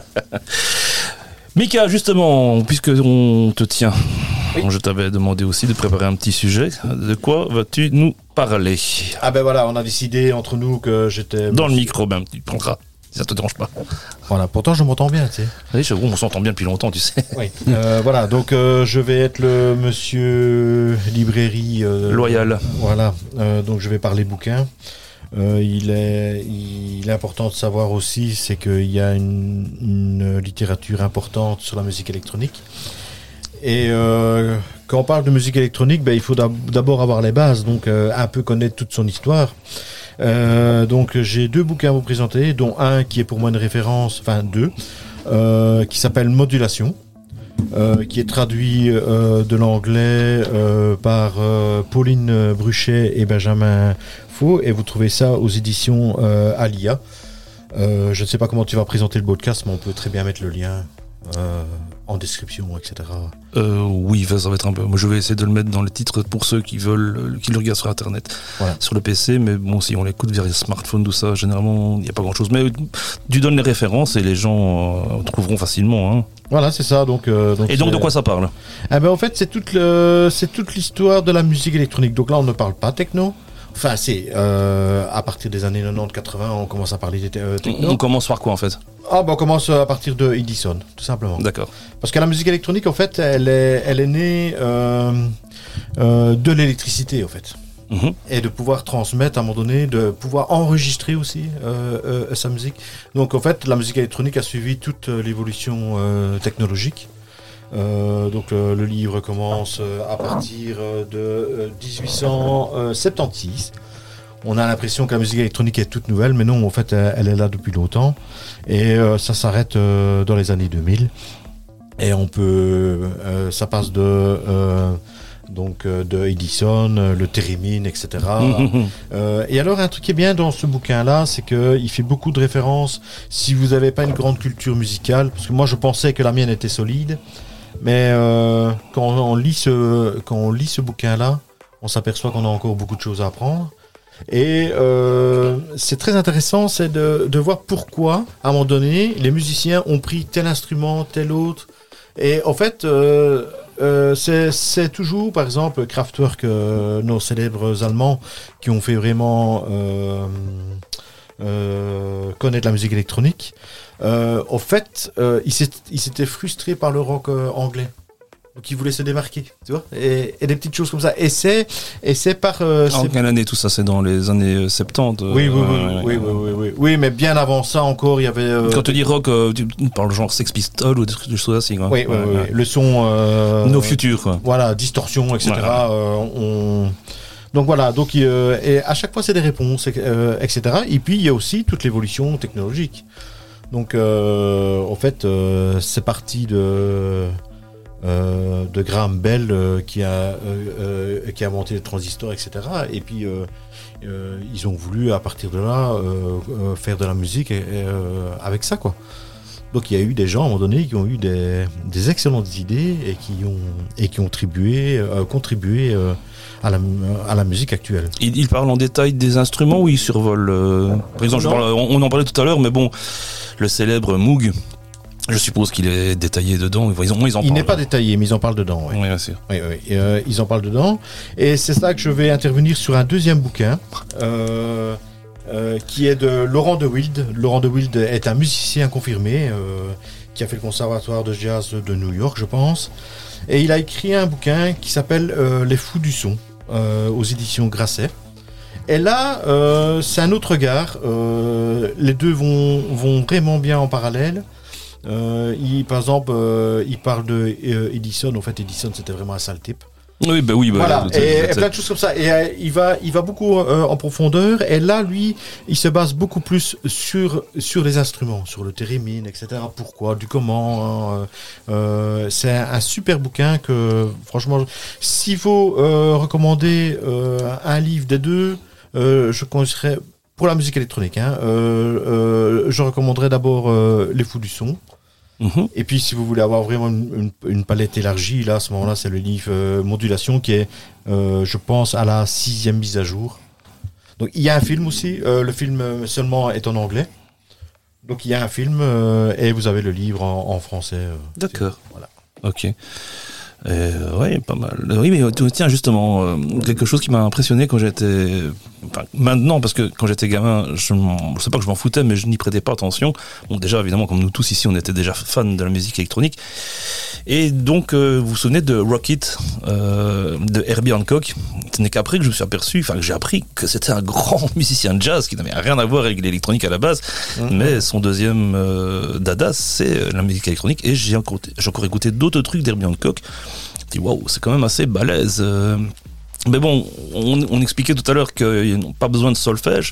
Mika, justement, puisque on te tient, Oui. je t'avais demandé aussi de préparer un petit sujet. De quoi vas-tu nous parler? Ah ben voilà, on a décidé entre nous que j'étais... Dans le micro, ben, tu prendras. Si ça te dérange pas. Voilà, pourtant je m'entends bien, tu sais. Oui, je- on s'entend bien depuis longtemps, tu sais. Oui. Euh, voilà, donc euh, je vais être le monsieur librairie... euh, Loyal. Voilà, euh, donc je vais parler bouquin. Euh, il, est, il est important de savoir aussi, c'est qu'il y a une, une littérature importante sur la musique électronique. Et euh, quand on parle de musique électronique, ben, il faut d'ab- d'abord avoir les bases, donc euh, un peu connaître toute son histoire. Euh, donc j'ai deux bouquins à vous présenter, dont un qui est pour moi une référence, enfin deux, euh, qui s'appelle Modulation. Euh, qui est traduit euh, de l'anglais euh, par euh, Pauline Bruchet et Benjamin Faux, et vous trouvez ça aux éditions euh, Alia. Euh, je ne sais pas comment tu vas présenter le podcast, mais on peut très bien mettre le lien euh, en description, et cetera. Euh, oui, ça va être un peu. Moi, je vais essayer de le mettre dans le titre pour ceux qui veulent, euh, qui le regardent sur Internet, Voilà. sur le P C. Mais bon, si on l'écoute via les smartphones, tout ça, généralement, il n'y a pas grand-chose. Mais tu donnes les références et les gens euh, trouveront facilement. Hein. Voilà, c'est ça. Donc, euh, donc Et donc, c'est- de quoi ça parle? Ah ben, en fait, c'est toute, le, c'est toute l'histoire de la musique électronique. Donc là, on ne parle pas techno. Enfin, c'est euh, à partir des années quatre-vingt-dix quatre-vingts, on commence à parler de euh, techno. On commence par quoi en fait? Ah ben, on commence à partir de Edison, tout simplement. D'accord. Parce que la musique électronique, en fait, elle est, elle est née euh, euh, de l'électricité, en fait. Mhm. Et de pouvoir transmettre à un moment donné, de pouvoir enregistrer aussi euh, euh, sa musique. Donc en fait, la musique électronique a suivi toute euh, l'évolution euh, technologique. Euh, donc euh, le livre commence euh, à partir euh, de euh, dix-huit cent soixante-seize. On a l'impression que la musique électronique est toute nouvelle, mais non, en fait, elle, elle est là depuis longtemps. Et euh, ça s'arrête euh, dans les années deux mille. Et on peut, euh, ça passe de euh, donc euh, de Edison, euh, le Theremin, et cetera. Mhm. Euh, et alors un truc qui est bien dans ce bouquin-là, c'est que il fait beaucoup de références. Si vous n'avez pas une grande culture musicale, parce que moi je pensais que la mienne était solide, mais euh, quand on lit ce quand on lit ce bouquin-là, on s'aperçoit qu'on a encore beaucoup de choses à apprendre. Et euh, c'est très intéressant, c'est de, de voir pourquoi, à un moment donné, les musiciens ont pris tel instrument, tel autre. Et en fait, euh, euh, c'est, c'est toujours, par exemple, Kraftwerk, euh, nos célèbres Allemands, qui ont fait vraiment euh, euh, connaître la musique électronique. Euh, en fait, euh, ils, s'étaient, ils s'étaient frustrés par le rock euh, anglais. Donc ils voulaient se démarquer, tu vois, et, et des petites choses comme ça. Et c'est, et c'est par... euh, En c'est- quelle année tout ça? C'est dans les années soixante-dix. euh, oui, oui, oui, ouais, oui, ouais, oui, ouais. oui, oui, oui. Oui, mais bien avant ça encore, il y avait... euh, Quand tu dis rock, euh, tu parles genre Sex Pistols ou des trucs de choses ainsi, quoi. oui, oui, Ouais, oui, ouais. le son... euh, Nos futurs, quoi. Voilà, distorsion, et cetera. euh, on... Donc voilà, donc, euh, et à chaque fois c'est des réponses, euh, et cetera. Et puis il y a aussi toute l'évolution technologique. Donc euh, en fait, euh, c'est parti de... Euh, de Graham Bell euh, qui a euh, euh, qui a inventé les transistors, et cetera. Et puis euh, euh, ils ont voulu à partir de là euh, euh, faire de la musique et, et, euh, avec ça, quoi. Donc il y a eu des gens à un moment donné qui ont eu des, des excellentes idées et qui ont et qui ont contribué euh, contribué euh, à la à la musique actuelle. Il, il parle en détail des instruments ou il survole euh, Par exemple, je Non. parle- on, on en parlait tout à l'heure, mais bon, le célèbre Moog, je suppose qu'il est détaillé dedans. Ils en, ils en Il parlent. n'est pas détaillé, mais ils en parlent dedans. Ouais. Oui, bien sûr. Oui, oui, euh, ils en parlent dedans. Et c'est ça que je vais intervenir sur un deuxième bouquin, euh, euh, qui est de Laurent de Wild. Laurent de Wild est un musicien confirmé, euh, qui a fait le conservatoire de jazz de New York, je pense. Et il a écrit un bouquin qui s'appelle euh, Les Fous du son, euh, aux éditions Grasset. Et là, euh, c'est un autre regard. Euh, les deux vont, vont vraiment bien en parallèle. Euh, il, par exemple, euh, il parle de euh, Edison. En fait, Edison, c'était vraiment un sale type. Oui, bah oui, bah, Voilà, c'est- et, c'est- et plein de choses comme ça. Et euh, il va, il va beaucoup euh, en profondeur. Et là, lui, il se base beaucoup plus sur sur les instruments, sur le thérémine, et cetera. Pourquoi, du comment. hein, euh, c'est un, un super bouquin que, franchement, s'il faut euh, recommander euh, un livre des deux, euh, je conseillerais pour la musique électronique. Hein, euh, euh, je recommanderais d'abord euh, Les Fous du son. Mhm. Et puis, si vous voulez avoir vraiment une, une, une palette élargie, là, à ce moment-là, c'est le livre euh, Modulation qui est, euh, je pense, à la sixième mise à jour. Donc, il y a un film aussi. Euh, le film euh, seulement est en anglais. Donc, il y a un film euh, et vous avez le livre en, en français. euh, D'accord. Voilà. Ok. Euh, ouais, pas mal. Oui, mais euh, tiens, justement, euh, quelque chose qui m'a impressionné quand j'étais, enfin, maintenant, parce que quand j'étais gamin, je, m'en- je sais pas que je m'en foutais, mais je n'y prêtais pas attention. Bon, déjà, évidemment, comme nous tous ici, on était déjà fans de la musique électronique. Et donc, euh, vous vous souvenez de Rocket, euh, de Herbie Hancock. Ce n'est qu'après que je me suis aperçu, enfin, que j'ai appris que c'était un grand musicien de jazz qui n'avait rien à voir avec l'électronique à la base. Mais son deuxième euh, dada, c'est la musique électronique. Et j'ai encore, j'ai encore écouté d'autres trucs d'Herbie Hancock. Je dis waouh, c'est quand même assez balèze. euh. Mais bon, on, on expliquait tout à l'heure qu'ils n'ont pas besoin de solfège.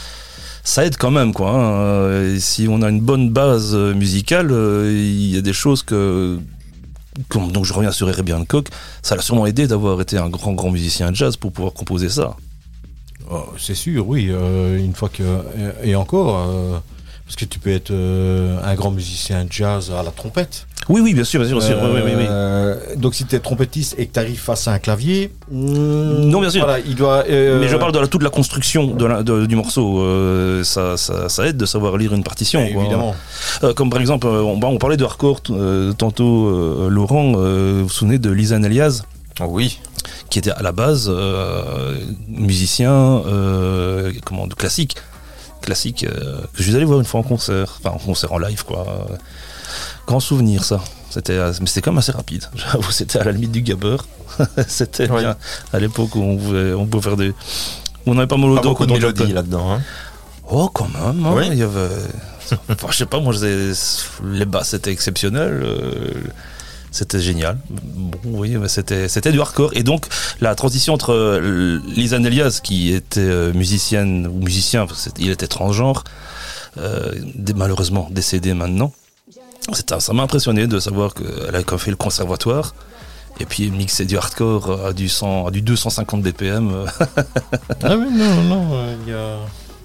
Ça aide quand même, quoi. hein. Et si on a une bonne base euh, musicale, euh, il y a des choses que. Comme, donc je reviens sur Herbie Hancock, ça l'a sûrement aidé d'avoir été un grand grand musicien de jazz pour pouvoir composer ça. Oh, c'est sûr, oui. euh, une fois que. Et encore. euh, parce que tu peux être euh, un grand musicien de jazz à la trompette. Oui, oui, bien sûr, bien sûr, bien sûr. oui, oui, oui, oui. Euh, donc si tu es trompettiste et que tu arrives face à un clavier, mm, Non, bien sûr. Voilà, il doit. euh, Mais je parle de la, toute la construction de la, de- du morceau. euh, ça, ça, ça aide de savoir lire une partition. quoi. évidemment. Euh, comme par exemple, euh, on, bah, on parlait de hardcore t- euh, tantôt, euh, Laurent, euh, vous vous souvenez de Lisan Elias, Oh oui. qui était à la base euh, musicien euh, comment, de classique. Classique, euh, que je suis allé voir une fois en concert, enfin en concert en live, quoi. Euh, Grand souvenir, ça. C'était, euh, mais c'était quand même assez rapide. J'avoue, c'était à la limite du gabber. C'était Oui. bien à l'époque où on pouvait, on pouvait faire des. On n'avait pas mal au Pas dos beaucoup de quand on mélodie jouait. là-dedans. Hein. Oh, quand même, hein, Oui. il y avait. Enfin, je sais pas, moi, je faisais- les basses étaient exceptionnelles. euh, C'était génial. Bon, oui, mais c'était, c'était du hardcore. Et donc, la transition entre euh, Lisan Elias, qui était euh, musicienne ou musicien, parce qu'il était transgenre, euh, dé- malheureusement décédé maintenant. C'était, ça m'a impressionné de savoir qu'elle a quand même fait le conservatoire. Et puis mixer du hardcore à du, cent, à du deux cent cinquante B P M. euh, Ah oui, non, non, euh, il y a.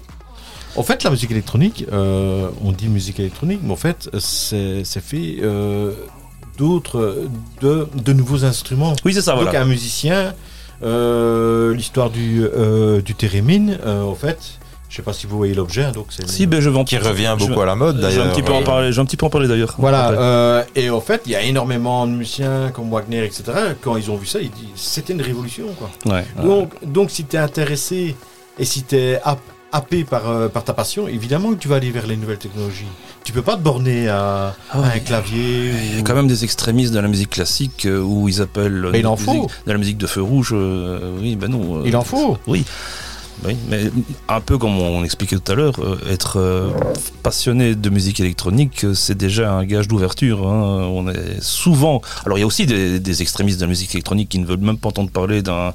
En fait, la musique électronique, euh, on dit musique électronique, mais en fait, c'est, c'est fait euh, d'autres, de, de nouveaux instruments. Oui, c'est ça, Donc, voilà. un musicien, euh, l'histoire du, euh, du thérémine, euh, en fait, je sais pas si vous voyez l'objet, hein, donc c'est. Si, ben je vais en Qui revient je- beaucoup à la mode Je vais d'ailleurs. un petit peu en parler, je vais un petit peu en parler d'ailleurs. Voilà, Après. euh, et en fait, il y a énormément de musiciens comme Wagner, et cetera. Quand ils ont vu ça, ils disent c'était une révolution, quoi. Ouais. Donc, donc si tu es intéressé et si tu es happé par, euh, par ta passion, évidemment que tu vas aller vers les nouvelles technologies. Tu peux pas te borner à, Ah ouais. à un clavier. Il y a ou- quand même des extrémistes de la musique classique euh, où ils appellent Mais il en de, musique- faut. de la musique de feu rouge. euh, oui, ben non. euh, Il en faut. Oui. Oui, mais un peu comme on expliquait tout à l'heure, euh, être euh, passionné de musique électronique, euh, c'est déjà un gage d'ouverture. hein. On est souvent. Alors il y a aussi des, des extrémistes de la musique électronique qui ne veulent même pas entendre parler d'un,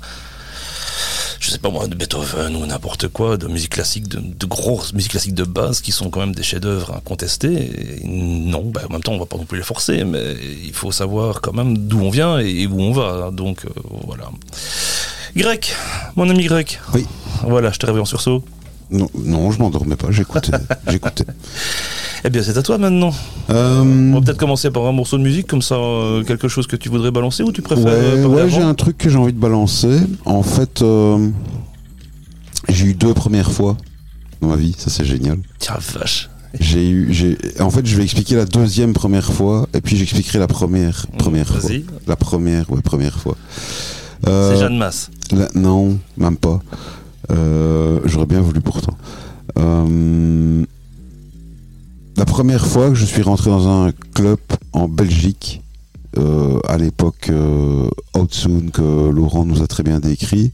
je sais pas moi, de Beethoven ou n'importe quoi, de musique classique, de, de grosses musiques classiques de base qui sont quand même des chefs-d'œuvre incontestés. Et non, ben, en même temps on va pas non plus les forcer, mais il faut savoir quand même d'où on vient et où on va. hein. Donc euh, voilà. Grec, mon ami Grec. Oui. Voilà, je t'ai réveillé en sursaut. Non, non, je m'endormais pas, j'écoutais. j'écoutais. Eh bien, c'est à toi maintenant. Euh, On va peut-être commencer par un morceau de musique, comme ça, euh, quelque chose que tu voudrais balancer ou tu préfères euh, ouais, parler ouais, avant j'ai un truc que j'ai envie de balancer. En fait, euh, j'ai eu deux premières fois dans ma vie, ça c'est génial. Tiens, vache. J'ai eu, j'ai, en fait, je vais expliquer la deuxième première fois, et puis j'expliquerai la première, première fois. Vas-y. La première, ouais, première fois. C'est Euh, Jeanne Masse. la- non, même pas. Euh, j'aurais bien voulu pourtant. Euh, la première fois que je suis rentré dans un club en Belgique, euh, à l'époque euh, Outsoon, que Laurent nous a très bien décrit,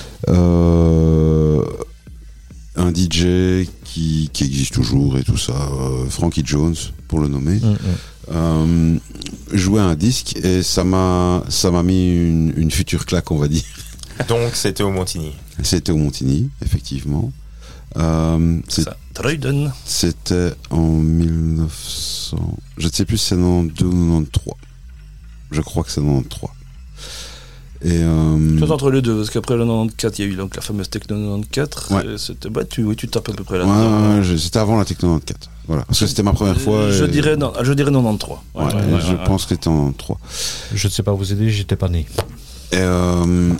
euh, un D J qui, qui existe toujours et tout ça, euh, Frankie Jones pour le nommer, Mm, mm. euh, jouait un disque et ça m'a ça m'a mis une, une future claque, on va dire. Donc c'était au Montigny. C'était au Montigny, effectivement. Euh, c'est- Ça, Troyden. C'était en mille neuf cents. Je ne sais plus si c'est quatre-vingt-douze ou quatre-vingt-treize. Je crois que c'est quatre-vingt-treize. Et euh, Tout entre les deux, parce qu'après le quatre-vingt-quatorze, il y a eu donc la fameuse Techno quatre-vingt-quatorze. Ouais. euh, C'était, bah, tu, oui, tu tapes à peu près ouais, là-dedans. ouais, je- c'était avant la Techno quatre-vingt-quatorze. Voilà, parce que c'était ma première fois. Euh, Je et- dirais, non, je dirais quatre-vingt-treize. Ouais, Ouais, et ouais, je ouais, pense que c'était en quatre-vingt-treize. Je ne sais pas vous aider, j'étais pas né. Et, euh,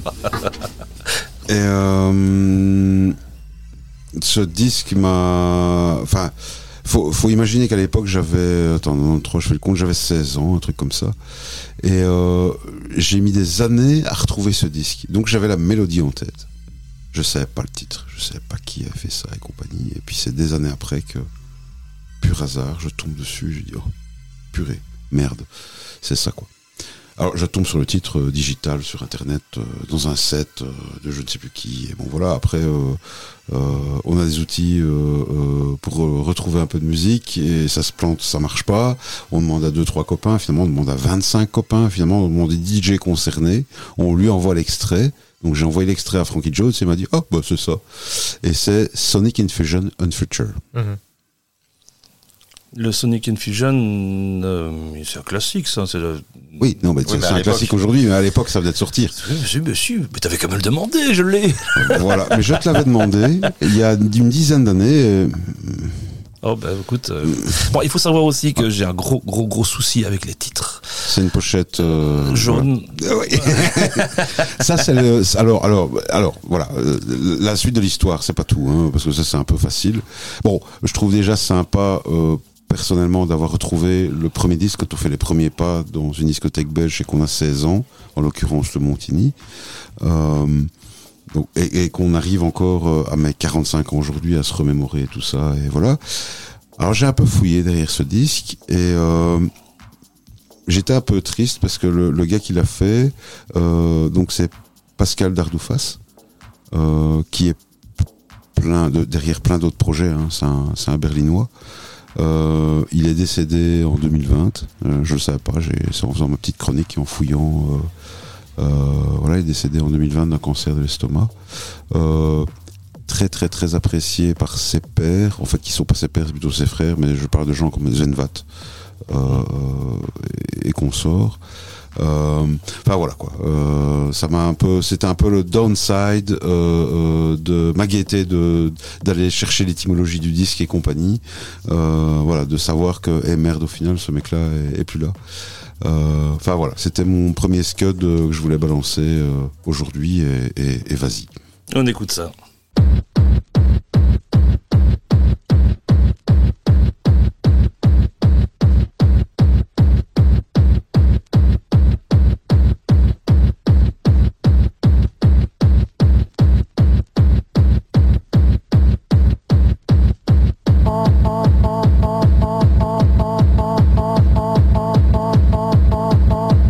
et euh, ce disque m'a. Enfin, faut, faut imaginer qu'à l'époque j'avais. Attends, quatre-vingt-treize, je fais le compte, j'avais seize ans, un truc comme ça. Et euh, j'ai mis des années à retrouver ce disque. Donc j'avais la mélodie en tête. Je savais pas le titre, je savais pas qui a fait ça et compagnie. Et puis c'est des années après que, pur hasard, je tombe dessus, je dis oh, purée, merde, c'est ça quoi. Alors je tombe sur le titre euh, digital sur internet euh, dans un set euh, de je ne sais plus qui. Et bon voilà, après euh, euh, on a des outils euh, euh, pour euh, retrouver un peu de musique et ça se plante, ça marche pas. On demande à deux trois copains, finalement on demande à vingt-cinq copains, finalement on demande des D J concernés, on lui envoie l'extrait. Donc j'ai envoyé l'extrait à Frankie Jones et il m'a dit oh bah c'est ça. Et c'est Sonic Infusion Unfuture. Mhm. Le Sonic Infusion, euh, c'est un classique, ça. C'est le... Oui, non, mais c'est mais c'est à un l'époque- classique aujourd'hui, mais à l'époque ça venait de sortir. Oui, monsieur, monsieur, mais t'avais qu'à me le demander, je l'ai. Voilà, mais je te l'avais demandé il y a une dizaine d'années. euh, Oh, bah écoute. euh, Bon, il faut savoir aussi que j'ai un gros, gros, gros souci avec les titres. C'est une pochette euh, Jaune. voilà. Oui. Ça c'est le, alors alors alors voilà euh, la suite de l'histoire, c'est pas tout hein, parce que ça c'est un peu facile. Bon, je trouve déjà sympa euh, personnellement d'avoir retrouvé le premier disque quand on fait les premiers pas dans une discothèque belge et qu'on a seize ans, en l'occurrence le Montigny. Euh, donc, et, et qu'on arrive encore euh, à mes quarante-cinq ans aujourd'hui à se remémorer tout ça et voilà. Alors j'ai un peu fouillé derrière ce disque et euh, j'étais un peu triste parce que le, le gars qui l'a fait, euh, donc c'est Pascal Dardoufas, euh, qui est plein de, derrière plein d'autres projets. Hein, c'est un, c'est un Berlinois. Euh, il est décédé en deux mille vingt. Euh, je le savais pas. J'ai, c'est en faisant ma petite chronique et en fouillant. Euh, euh, voilà, il est décédé en deux mille vingt d'un cancer de l'estomac. Euh, très très très apprécié par ses pairs. En fait, qui sont pas ses pairs, c'est plutôt ses frères. Mais je parle de gens comme Zenvat. Euh, et, et consorts. Euh, enfin voilà quoi. Euh, ça m'a un peu, c'était un peu le downside euh, euh, de ma gaieté de d'aller chercher l'étymologie du disque et compagnie. Euh, voilà, de savoir que eh merde au final ce mec-là est, est plus là. Euh, Enfin voilà, c'était mon premier scud euh, que je voulais balancer euh, aujourd'hui et, et, et vas-y. On écoute ça.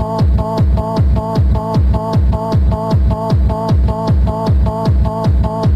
Thank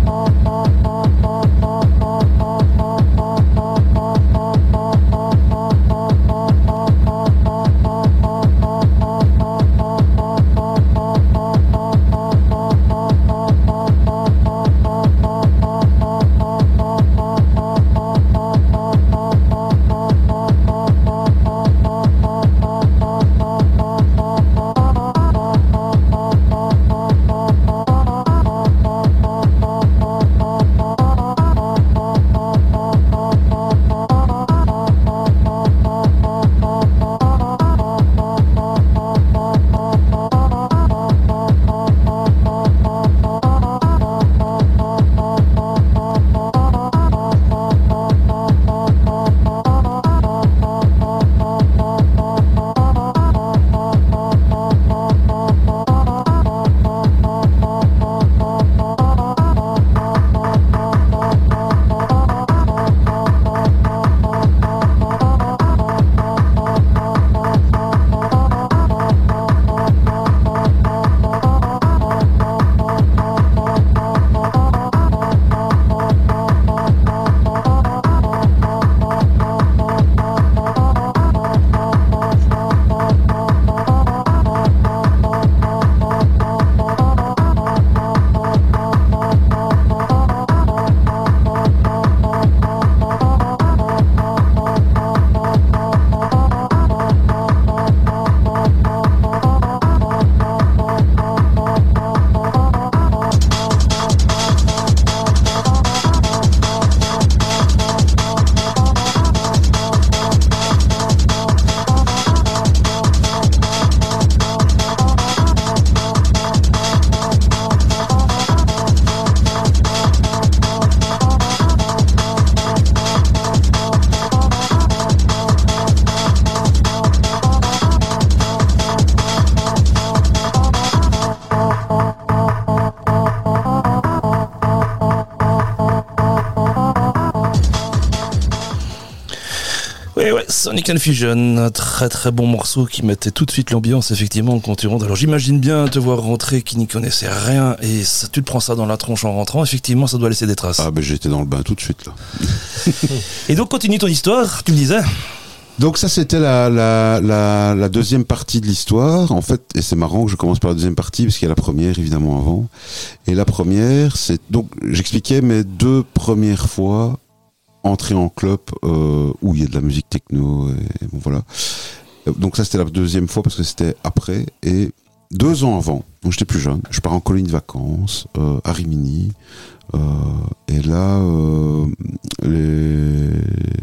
Sonic and Fusion, un très très bon morceau qui mettait tout de suite l'ambiance effectivement quand tu rentres. Alors j'imagine bien te voir rentrer qui n'y connaissait rien et ça, tu te prends ça dans la tronche en rentrant, effectivement ça doit laisser des traces. Ah ben j'étais dans le bain tout de suite là. Et donc continue ton histoire, tu me disais. Donc ça c'était la, la, la, la deuxième partie de l'histoire en fait, et c'est marrant que je commence par la deuxième partie parce qu'il y a la première évidemment avant. Et la première c'est donc j'expliquais mes deux premières fois entrer en club euh, où il y a de la musique techno et bon voilà. Donc ça c'était la deuxième fois parce que c'était après et deux ans avant, donc j'étais plus jeune, je pars en colonie de vacances euh, à Rimini euh, et là euh, les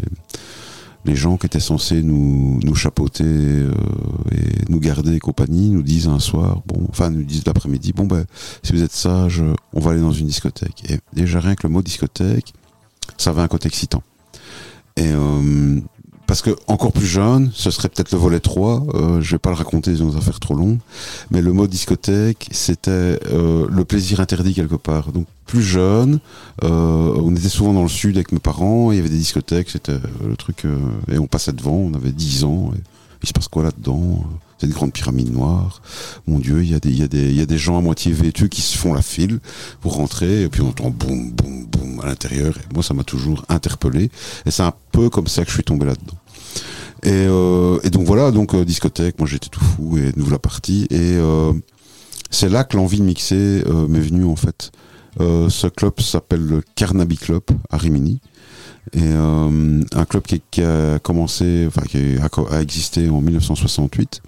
les gens qui étaient censés nous nous chapeauter euh, et nous garder et compagnie nous disent un soir bon enfin nous disent l'après-midi bon ben si vous êtes sage on va aller dans une discothèque et déjà rien que le mot discothèque ça avait un côté excitant. Et euh, parce que encore plus jeune, ce serait peut-être le volet trois, euh, je vais pas le raconter, sinon ça va faire trop long, mais le mot discothèque, c'était euh, le plaisir interdit quelque part. Donc plus jeune, euh, on était souvent dans le sud avec mes parents, il y avait des discothèques, c'était le truc, euh, et on passait devant, on avait dix ans, et il se passe quoi là-dedans ? C'est une grande pyramide noire. Mon Dieu, il y a des, il y a des, il y a des gens à moitié vêtus qui se font la file pour rentrer, et puis on entend boum, boum, boum à l'intérieur. Et moi, ça m'a toujours interpellé. Et c'est un peu comme ça que je suis tombé là-dedans. Et, euh, et donc voilà, donc euh, discothèque. Moi, j'étais tout fou et nous la partie. Et euh, c'est là que l'envie de mixer euh, m'est venue en fait. Euh, ce club s'appelle le Carnaby Club à Rimini. Et euh, un club qui, qui a commencé, enfin qui a, a existé en dix-neuf cent soixante-huit.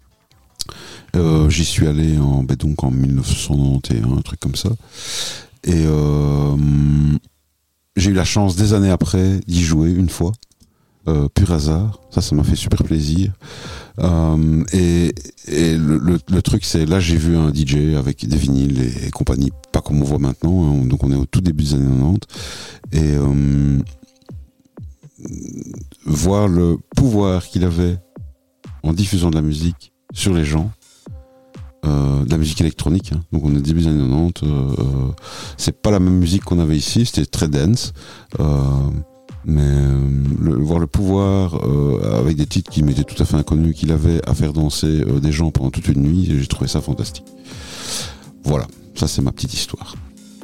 Euh, j'y suis allé en, ben donc en dix-neuf cent quatre-vingt-onze, un truc comme ça. Et euh, j'ai eu la chance des années après d'y jouer une fois, euh, pur hasard. Ça, ça m'a fait super plaisir. Euh, et et le, le, le truc, c'est là j'ai vu un D J avec des vinyles et, et compagnie, pas comme on voit maintenant. Hein, donc on est au tout début des années quatre-vingt-dix. Et euh, voir le pouvoir qu'il avait en diffusant de la musique sur les gens, euh, de la musique électronique, hein. Donc on est début des années quatre-vingt-dix, euh, euh, c'est pas la même musique qu'on avait ici, c'était très dance, euh, mais euh, le, voir le pouvoir euh, avec des titres qui m'étaient tout à fait inconnus qu'il avait à faire danser euh, des gens pendant toute une nuit, j'ai trouvé ça fantastique. Voilà, ça c'est ma petite histoire.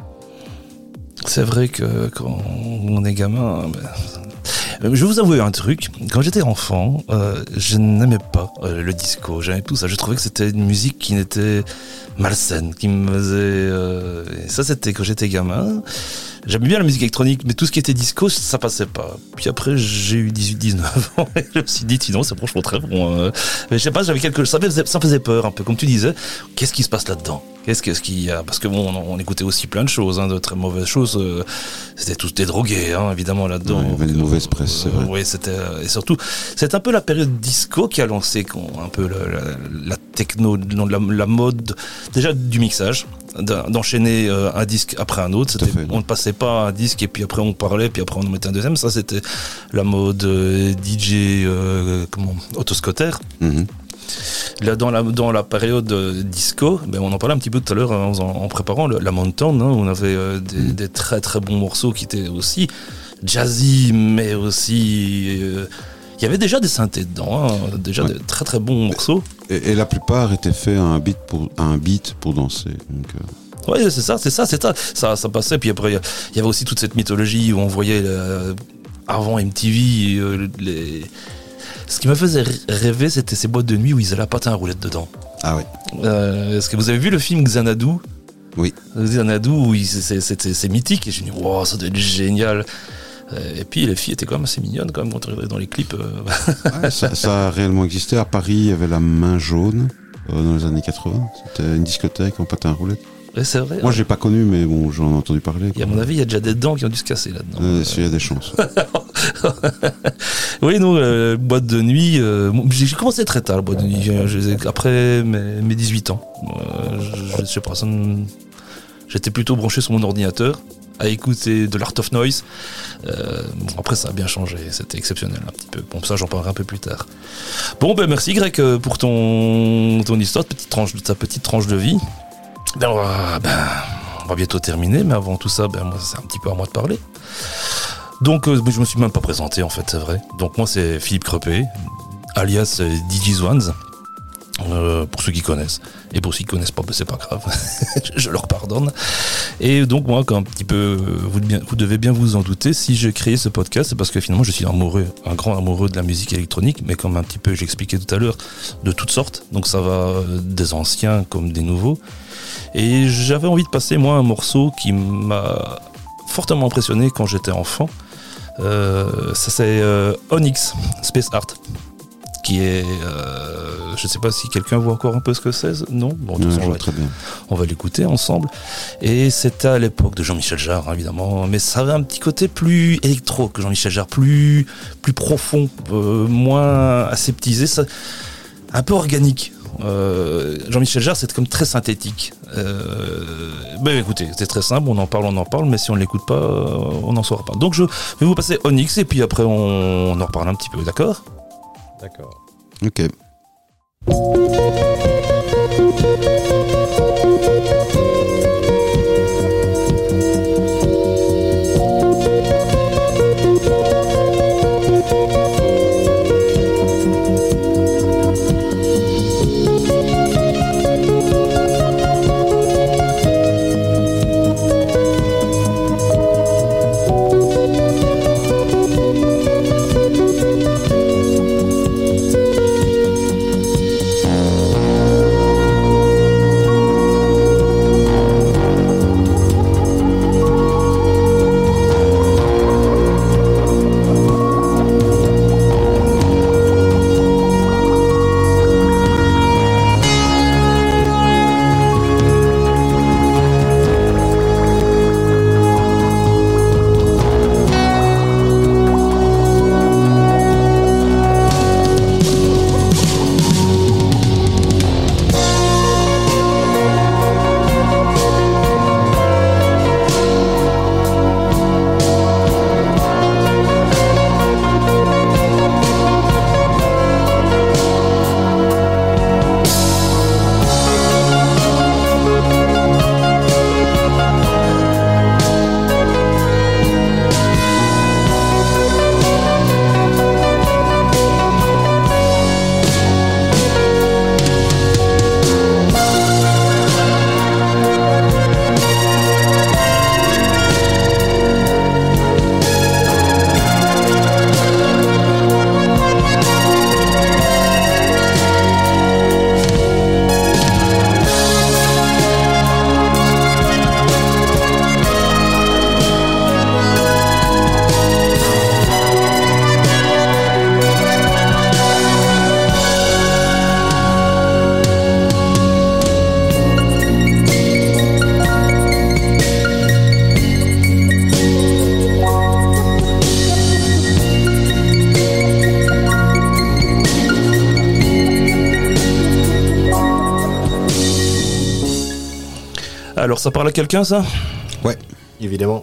C'est vrai que quand on est gamin, ben, je vais vous avouer un truc. Quand j'étais enfant, euh, je n'aimais pas euh, le disco, j'aimais tout ça. Je trouvais que c'était une musique qui n'était malsaine, qui me faisait... Euh, et ça, c'était quand j'étais gamin. J'aimais bien la musique électronique, mais tout ce qui était disco, ça passait pas. Puis après, j'ai eu dix-huit dix-neuf ans et je me suis dit, sinon, c'est franchement très bon. Euh. Mais je sais pas, j'avais quelque chose, ça me faisait, ça me faisait peur un peu, comme tu disais. Qu'est-ce qui se passe là-dedans ? Qu'est-ce, qu'est-ce qu'il y a ? Parce que bon, on, on écoutait aussi plein de choses, hein, de très mauvaises choses. Euh, c'était tous des drogués, hein, évidemment, là-dedans. Ouais, il y avait une mauvaise presse, c'est vrai. Euh, oui, c'était, et surtout, c'est un peu la période disco qui a lancé un peu la, la, la techno, la, la mode, déjà du mixage. D'enchaîner euh, un disque après un autre, c'était, fait, on ne passait pas un disque et puis après on parlait, puis après on en mettait un deuxième. Ça, c'était la mode euh, D J, euh, comment, autoscotter. Mm-hmm. Là, dans la dans la période euh, disco, ben on en parlait un petit peu tout à l'heure en, en préparant le, la Mountain, hein, où on avait euh, des, mm. des très très bons morceaux qui étaient aussi jazzy, mais aussi euh, il y avait déjà des synthés dedans, hein, déjà ouais. de très très bons morceaux. Et, et la plupart étaient faits à un beat pour, à un beat pour danser. Donc, euh... ouais, c'est ça, c'est ça, c'est ça. Ça, ça passait. Puis après, il y avait aussi toute cette mythologie où on voyait euh, avant M T V euh, les. Ce qui me faisait rêver, c'était ces boîtes de nuit où ils allaient pâter un roulette dedans. Ah ouais. Euh, est-ce que vous avez vu le film Xanadu ? Oui. Xanadu, où il, c'est, c'est, c'est, c'est mythique. Et je me dis, wow, ça doit être génial. Et puis les filles étaient quand même assez mignonnes quand même quand on regardait dans les clips. Ouais, ça, ça a réellement existé. À Paris, il y avait la Main Jaune euh, dans les années quatre-vingts. C'était une discothèque en patin à roulettes. Ouais, c'est vrai. Moi, j'ai pas connu, mais bon, j'en ai entendu parler. Et à mon avis, il y a déjà des dents qui ont dû se casser là-dedans. Euh, il y a des chances. Oui, non, euh, boîte de nuit. Euh, j'ai commencé très tard, la boîte de nuit. J'ai, après mes, mes dix-huit ans. Euh, je, je sais pas, ça me... j'étais plutôt branché sur mon ordinateur à écouter de l'Art of Noise. Euh, bon, après, ça a bien changé. C'était exceptionnel un petit peu. Bon, ça, j'en parlerai un peu plus tard. Bon, ben merci Greg pour ton, ton histoire, petite tranche, ta petite tranche de vie. Ben on, va, ben, on va bientôt terminer, mais avant tout ça, ben, moi, c'est un petit peu à moi de parler. Donc euh, je me suis même pas présenté en fait, c'est vrai. Donc moi c'est Philippe Crepé, alias euh, D J's Ones, euh, pour ceux qui connaissent. Et pour ceux qui connaissent pas, ben, c'est pas grave, je leur pardonne. Et donc moi, quand un petit peu, vous, vous devez bien vous en douter, si j'ai créé ce podcast, c'est parce que finalement je suis amoureux, un grand amoureux de la musique électronique, mais comme un petit peu j'expliquais tout à l'heure, de toutes sortes. Donc ça va des anciens comme des nouveaux. Et j'avais envie de passer moi un morceau qui m'a fortement impressionné quand j'étais enfant. Euh, ça c'est euh, Onyx, Space Art, qui est, euh, je ne sais pas si quelqu'un voit encore un peu ce que c'est, non? Bon, de toute Ouais, façon, je on, vois va, très bien. on va l'écouter ensemble. Et c'était à l'époque de Jean-Michel Jarre, hein, évidemment, mais ça avait un petit côté plus électro que Jean-Michel Jarre, plus, plus profond, euh, moins aseptisé, ça, un peu organique. Euh, Jean-Michel Jarre, c'est comme très synthétique. Euh, ben écoutez, c'est très simple, on en parle, on en parle, mais si on ne l'écoute pas, on n'en saura pas. Donc je vais vous passer Onyx et puis après on, on en reparle un petit peu, d'accord? D'accord. Ok. Alors ça parle à quelqu'un ça? Ouais. Évidemment.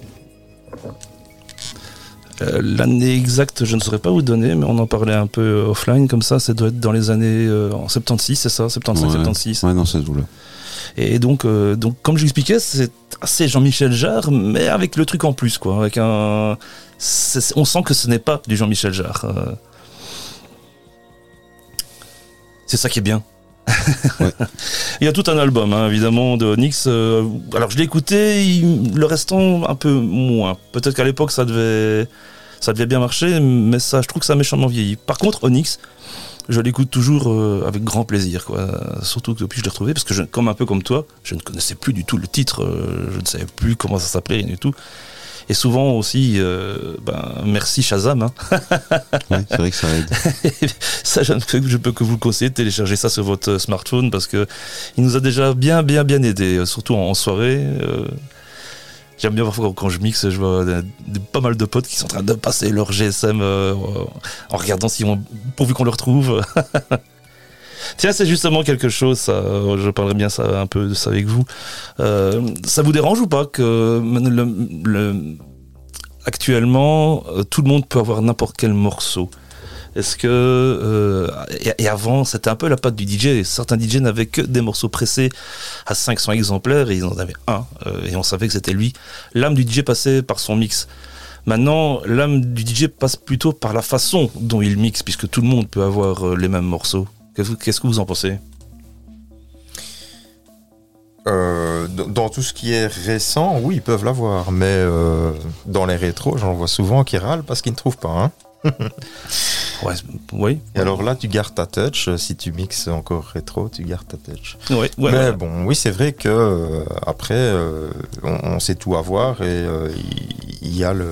Euh, l'année exacte, je ne saurais pas vous donner, mais on en parlait un peu offline comme ça. Ça doit être dans les années euh, en soixante-seize, c'est ça, soixante-quinze, Ouais. soixante-seize. Ouais, dans cette eau-là. Et donc, euh, donc, comme je l'expliquais, c'est assez Jean-Michel Jarre, mais avec le truc en plus, quoi. Avec un, c'est- on sent que ce n'est pas du Jean-Michel Jarre. euh. C'est ça qui est bien. Ouais. Il y a tout un album, hein, évidemment, de Onyx. euh, alors, je l'ai écouté, il- le restant un peu moins. Peut-être qu'à l'époque, ça devait, ça devait bien marcher, mais ça, je trouve que ça a méchamment vieilli. Par contre, Onyx, je l'écoute toujours euh, avec grand plaisir, quoi. Surtout que depuis que je l'ai retrouvé, parce que je, comme un peu comme toi, je ne connaissais plus du tout le titre, euh, je ne savais plus comment ça s'appelait, rien du tout. Et souvent aussi, euh, ben, merci Shazam. Hein. Ouais, c'est vrai que ça aide. Ça, je ne peux, je peux que vous le conseiller de télécharger ça sur votre smartphone parce que il nous a déjà bien, bien, bien aidé, surtout en, en soirée. Euh, J'aime bien parfois quand, quand je mixe, je vois des- des- pas mal de potes qui sont en train de passer leur G S M euh, en regardant si on, pourvu qu'on le retrouve. Tiens, c'est justement quelque chose, ça, je parlerai bien ça, un peu de ça avec vous. Euh, ça vous dérange ou pas que le, le, actuellement, euh, tout le monde peut avoir n'importe quel morceau? Est-ce que... Euh, et, et avant, c'était un peu la patte du D J. Certains D J n'avaient que des morceaux pressés à cinq cents exemplaires et ils en avaient un. Euh, et on savait que c'était lui. L'âme du D J passait par son mix. Maintenant, l'âme du D J passe plutôt par la façon dont il mixe, puisque tout le monde peut avoir euh, les mêmes morceaux. Qu'est-ce, qu'est-ce que vous en pensez ? Euh, d- dans tout ce qui est récent, oui, ils peuvent l'avoir, mais euh, dans les rétros, j'en vois souvent qui râlent parce qu'ils ne trouvent pas. Hein. Ouais, oui. Et alors là, tu gardes ta touch. Si tu mixes encore rétro, tu gardes ta touch. Ouais, ouais, mais ouais. bon, oui, c'est vrai que euh, après, euh, on, on sait tout avoir et euh, il y, y a le,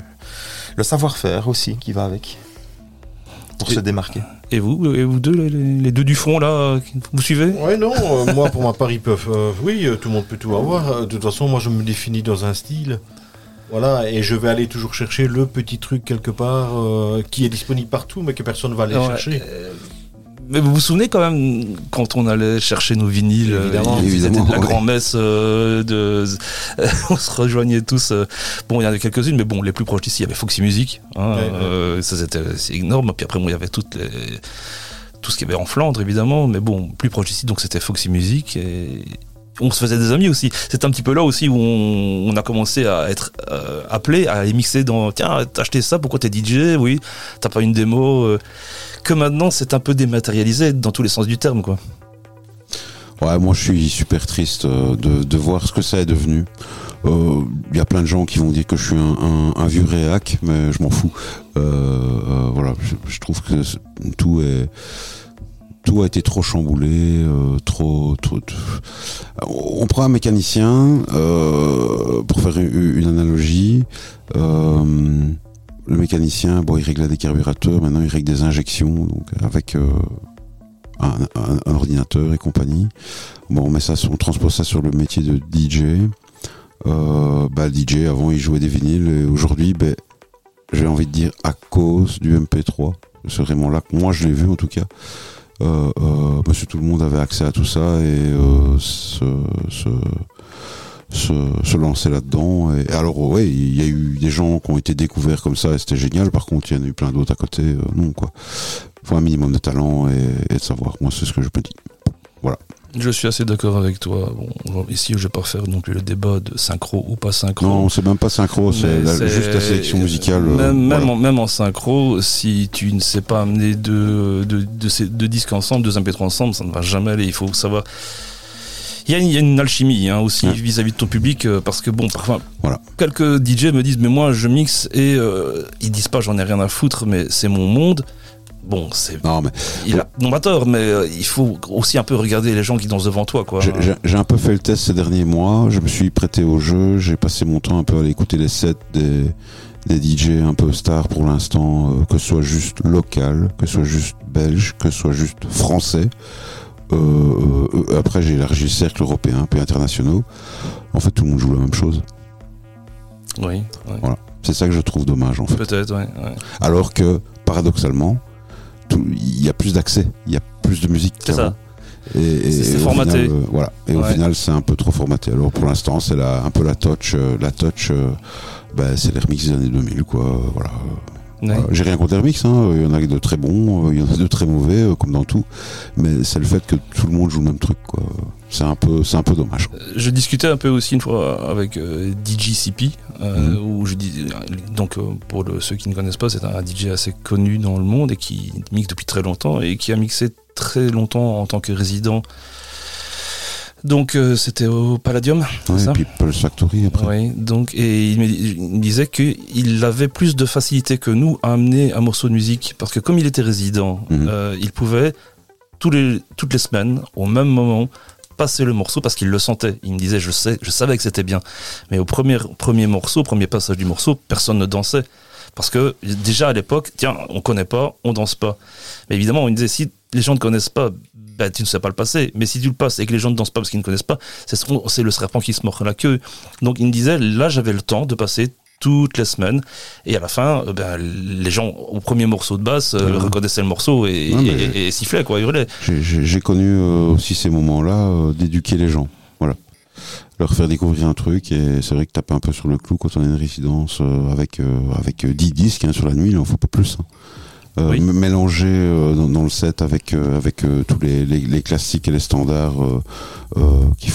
le savoir-faire aussi qui va avec pour Et- se démarquer. Et vous, et vous deux, les, les deux du fond là, vous suivez ? Ouais, non, euh, moi pour ma part, ils peuvent. euh, oui, euh, tout le monde peut tout avoir. Euh, De toute façon, moi je me définis dans un style. Voilà, et je vais aller toujours chercher le petit truc quelque part euh, qui est disponible partout, mais que personne ne va aller Ouais, chercher. euh, Mais vous vous souvenez quand même quand on allait chercher nos vinyles, Évidemment. euh, ils faisaient Évidemment, de la ouais. grand-messe, euh, de, on se rejoignait tous. euh, bon, il y en avait quelques-unes, mais bon, les plus proches ici, il y avait Foxy Music. Hein, Ouais, ouais. euh, ça c'était c'est énorme. Puis après, bon, il y avait toutes les, tout ce qu'il y avait en Flandre, évidemment. Mais bon, plus proche ici, donc c'était Foxy Music. Et on se faisait des amis aussi. C'est un petit peu là aussi où on, on a commencé à être euh, appelé à les mixer dans. Tiens, t'as acheté ça, pourquoi t'es D J ? Oui, t'as pas une démo euh, que maintenant c'est un peu dématérialisé dans tous les sens du terme, quoi. Ouais, moi je suis super triste euh, de, de voir ce que ça est devenu. Il euh, y a plein de gens qui vont dire que je suis un, un, un vieux réac, mais je m'en fous. Euh, euh, voilà, je, je trouve que c'est- tout est tout a été trop chamboulé, euh, trop, trop, trop- On prend un mécanicien euh, pour faire une, une analogie. Euh, le mécanicien, bon, il réglait des carburateurs, maintenant il règle des injections, donc avec euh, un, un, un ordinateur et compagnie. Bon, on met ça, on transpose ça sur le métier de D J. Euh, bah, le D J, avant, il jouait des vinyles, et aujourd'hui, ben, j'ai envie de dire à cause du M P trois. C'est vraiment là que moi je l'ai vu en tout cas. Euh, euh, parce que tout le monde avait accès à tout ça et euh, se, se, se, se lancer là-dedans. Et alors, ouais, il y a eu des gens qui ont été découverts comme ça et c'était génial. Par contre, il y en a eu plein d'autres à côté. Euh, non, quoi. Faut un minimum de talent et, et de savoir. Moi, c'est ce que je me dis. Voilà. Je suis assez d'accord avec toi. Bon, ici, je vais pas refaire non plus le débat de synchro ou pas synchro. Non, c'est même pas synchro, c'est, Mais la- c'est- juste la sélection musicale. Même, euh, même, voilà. en, même en synchro, si tu ne sais pas amener deux, deux, deux, ces- deux disques ensemble, deux M P trois ensemble, ça ne va jamais aller. Il faut savoir. Il y a une, il y a une alchimie hein, aussi Ouais. vis-à-vis de ton public euh, parce que bon, parfois, Voilà. quelques D J me disent mais moi je mixe et euh, ils disent pas j'en ai rien à foutre, mais c'est mon monde. Bon, c'est Non, mais il a non pas tort, mais euh, il faut aussi un peu regarder les gens qui dansent devant toi, quoi. J'ai- J'ai j'ai un peu fait le test ces derniers mois. Je me suis prêté au jeu. J'ai passé mon temps un peu à aller écouter les sets des, des D J un peu stars pour l'instant, euh, que ce soit juste local, que ce soit juste belge, que ce soit juste français. Euh, euh, après, j'ai élargi le cercle européen puis internationaux. En fait, tout le monde joue la même chose. Oui, ouais. C'est ça que je trouve dommage, en fait. Peut-être, ouais, ouais. Alors que, paradoxalement, tout- il y a plus d'accès, il y a plus de musique C'est qu'avant. ça. Et, et- C'est- c'est et au formaté. final, euh, voilà. Et au Ouais. final, c'est un peu trop formaté. Alors pour l'instant, c'est la, un peu la touch, euh, la touch. euh, bah, c'est les remixes des années deux mille, quoi. euh, Voilà. Ouais. Voilà. J'ai rien contre les remixes. Hein. Il y en a de très bons, euh, il y en a de très mauvais, euh, comme dans tout. Mais c'est le fait que tout le monde joue le même truc, quoi. C'est un peu, c'est un peu dommage. Je discutais un peu aussi une fois avec euh, D J C P, euh, Mhm. où je dis donc euh, pour le- ceux qui ne connaissent pas, c'est un D J assez connu dans le monde et qui mixe depuis très longtemps et qui a mixé très longtemps en tant que résident. Donc euh, c'était au Palladium, c'est Ouais, ça et puis Pulse Factory après. Oui, donc et il me, il me disait qu'il avait plus de facilité que nous à amener un morceau de musique parce que comme il était résident, Mhm. euh, il pouvait tous les, toutes les semaines au même moment passer le morceau parce qu'il le sentait. Il me disait je sais, je savais que c'était bien, mais au premier premier morceau, au premier passage du morceau, personne ne dansait parce que déjà à l'époque, tiens, on connaît pas, on danse pas. Mais évidemment, on disait si les gens ne connaissent pas, ben, tu ne sais pas le passer. Mais si tu le passes et que les gens ne dansent pas parce qu'ils ne connaissent pas, c'est, c'est le serpent qui se mord la queue. Donc il me disait, là j'avais le temps de passer toutes les semaines et à la fin, euh, ben, les gens au premier morceau de basse euh, Ouais. reconnaissaient le morceau et, Ouais, mais- et, et sifflaient, quoi, hurlaient. J'ai, j'ai, j'ai connu euh, aussi ces moments-là euh, d'éduquer les gens. Voilà. Leur faire découvrir un truc et c'est vrai que taper un peu sur le clou quand on a une résidence euh, avec euh, avec euh, dix disques hein, sur la nuit, il en faut pas plus. Hein. Euh, Oui. m- mélanger euh, dans, dans le set avec euh, avec euh, tous les, les, les classiques et les standards euh, euh, qui font la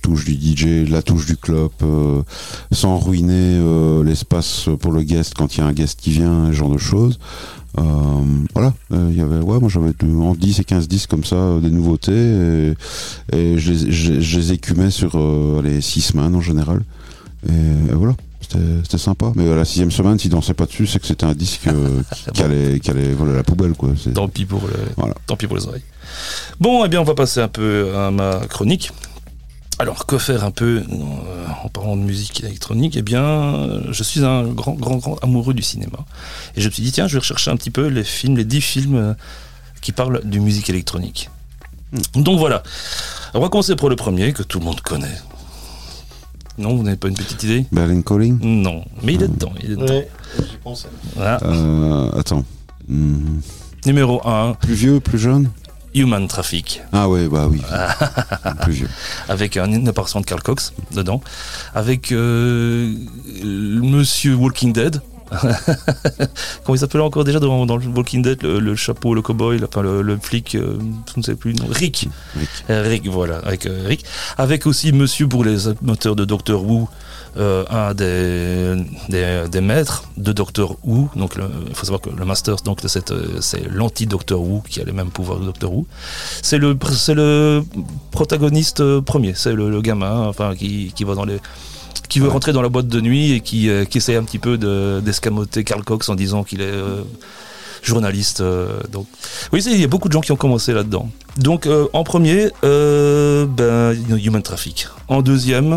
touche du D J, la touche du club, euh, sans ruiner euh, l'espace pour le guest quand il y a un guest qui vient, ce genre de choses. Euh, voilà, il euh, y avait, ouais, moi j'avais en dix et quinze disques comme ça, euh, des nouveautés, et, et je, les, je, je les écumais sur euh, les six semaines en général. Et, et voilà. C'était, c'était sympa, mais à la sixième semaine, s'il dansait pas dessus, c'est que c'était un disque euh, qui, qui, allait, qui allait voler à la poubelle, quoi. C'est... Tant pis pour le, voilà. Tant pis pour les oreilles. Bon, eh bien, on va passer un peu à ma chronique. Alors, que faire un peu euh, en parlant de musique électronique? Eh bien, je suis un grand, grand, grand amoureux du cinéma, et je me suis dit tiens, je vais rechercher un petit peu les films, les dix films euh, qui parlent de musique électronique. Mm. Donc voilà, on va commencer pour le premier que tout le monde connaît. Non, vous n'avez pas une petite idée? Berlin Calling? Non, mais il est dedans. Il est dedans. Ouais, j'y pensais. Voilà. Euh, attends. Hmm. Numéro un. Plus vieux, plus jeune? Human Traffic. Ah ouais, bah oui. Plus vieux. Avec un, une apparition de Carl Cox dedans. Avec euh, Monsieur Walking Dead. Comment il s'appelait encore déjà dans, dans le Walking Dead, le, le chapeau, le cowboy, le, enfin, le, le flic, euh, je ne sais plus, non, Rick. Rick. Euh, Rick, voilà, avec euh, Rick. Avec aussi Monsieur, pour les amateurs de Doctor Who, euh, un des, des, des maîtres de Doctor Who. Donc, il faut savoir que le Master, donc, c'est, c'est l'anti-Doctor Who qui a les mêmes pouvoirs que Doctor Who. C'est le, c'est le protagoniste premier, c'est le, le gamin, enfin, qui, qui va dans les. Qui veut rentrer dans la boîte de nuit et qui, euh, qui essaie un petit peu de, d'escamoter Carl Cox en disant qu'il est euh, journaliste. Euh, donc. Oui, il y a beaucoup de gens qui ont commencé là-dedans. Donc, euh, en premier, euh, ben, Human Traffic. En deuxième...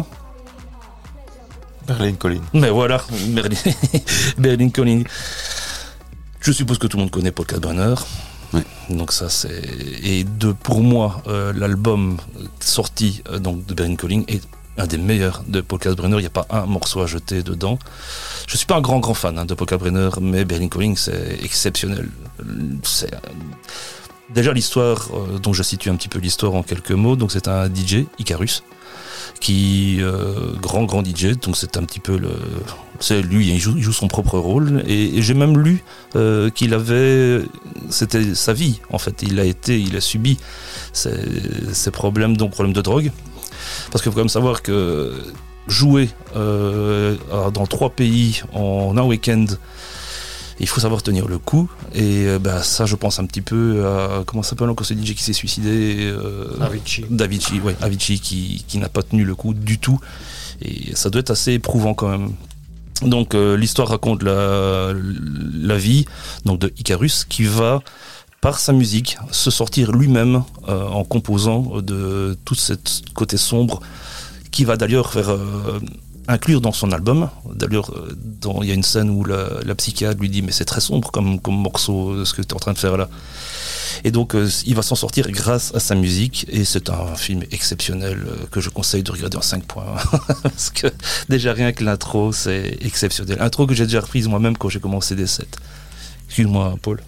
Berlin Calling. Mais voilà, Berlin, Berlin Calling. Je suppose que tout le monde connaît Paul Kalkbrenner. Ouais. Donc ça c'est... Et de, pour moi, euh, l'album sorti euh, donc, de Berlin Calling est un des meilleurs de Paul Kalkbrenner, il n'y a pas un morceau à jeter dedans. Je ne suis pas un grand grand fan hein, de Paul Kalkbrenner, mais Berlin Calling c'est exceptionnel. C'est, euh, déjà l'histoire, euh, donc je situe un petit peu l'histoire en quelques mots, donc c'est un D J, Icarus, qui, euh, grand grand D J, donc c'est un petit peu le... C'est lui, il joue, il joue son propre rôle, et, et j'ai même lu euh, qu'il avait... C'était sa vie, en fait, il a été, il a subi ses, ses problèmes, donc problèmes de drogue. Parce qu'il faut quand même savoir que jouer euh, dans trois pays en un week-end, il faut savoir tenir le coup. Et euh, bah, ça, je pense un petit peu à... Comment s'appelle encore ce D J qui s'est suicidé euh, Avicii. Avicii, ouais, Avicii qui, qui n'a pas tenu le coup du tout. Et ça doit être assez éprouvant quand même. Donc euh, l'histoire raconte la, la vie donc, de Icarus qui va... par sa musique, se sortir lui-même euh, en composant de tout ce côté sombre qui va d'ailleurs faire euh, inclure dans son album. D'ailleurs, euh, dans, il y a une scène où la, la psychiatre lui dit mais c'est très sombre comme, comme morceau ce que tu es en train de faire là. Et donc euh, il va s'en sortir grâce à sa musique et c'est un film exceptionnel euh, que je conseille de regarder en cinq points parce que déjà rien que l'intro c'est exceptionnel. Intro que j'ai déjà reprise moi-même quand j'ai commencé des sets. Excuse-moi Paul.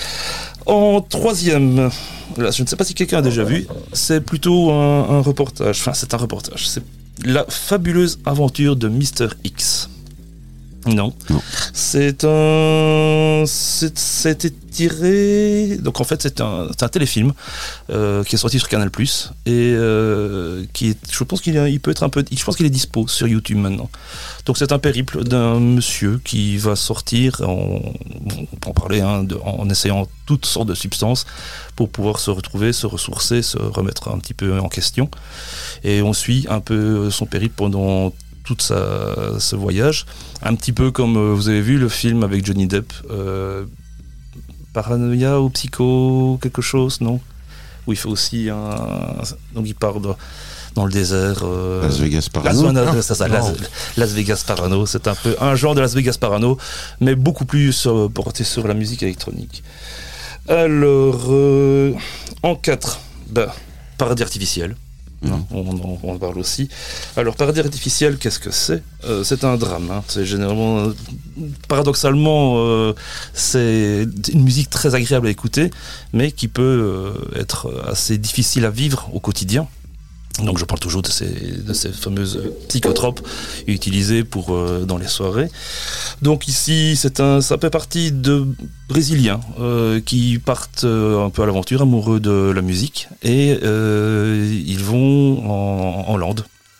En troisième, là, je ne sais pas si quelqu'un a déjà vu, c'est plutôt un, un reportage, enfin c'est un reportage, c'est la fabuleuse aventure de Mister X. Non, non. C'est un... C'est, ça a été tiré... Donc en fait c'est un, c'est un téléfilm euh, qui est sorti sur Canal plus, et euh, qui est, je pense qu'il est, il peut être un peu... Je pense qu'il est dispo sur YouTube maintenant. Donc c'est un périple d'un monsieur qui va sortir, en, on peut en parler, hein, de, en essayant toutes sortes de substances pour pouvoir se retrouver, se ressourcer, se remettre un petit peu en question. Et on suit un peu son périple pendant tout sa, ce voyage. Un petit peu comme euh, vous avez vu le film avec Johnny Depp, euh, Paranoia ou Psycho, quelque chose, non? Où il fait aussi un... Donc il part de, dans le désert. Euh, Las Vegas Parano. Las, non, ça, ça, Las, Las Vegas Parano, c'est un peu un genre de Las Vegas Parano, mais beaucoup plus euh, porté sur la musique électronique. Alors, euh, en quatre, bah, paradis artificiel. Mmh. On, on, on en parle aussi. Alors, paradis artificiel, qu'est-ce que c'est? euh, C'est un drame. Hein. C'est généralement, euh, paradoxalement, euh, c'est une musique très agréable à écouter, mais qui peut euh, être assez difficile à vivre au quotidien. Donc je parle toujours de ces, de ces fameuses psychotropes utilisées pour, euh, dans les soirées. Donc ici, c'est un, ça fait partie de Brésiliens euh, qui partent euh, un peu à l'aventure, amoureux de la musique, et euh, ils vont en, en Hollande.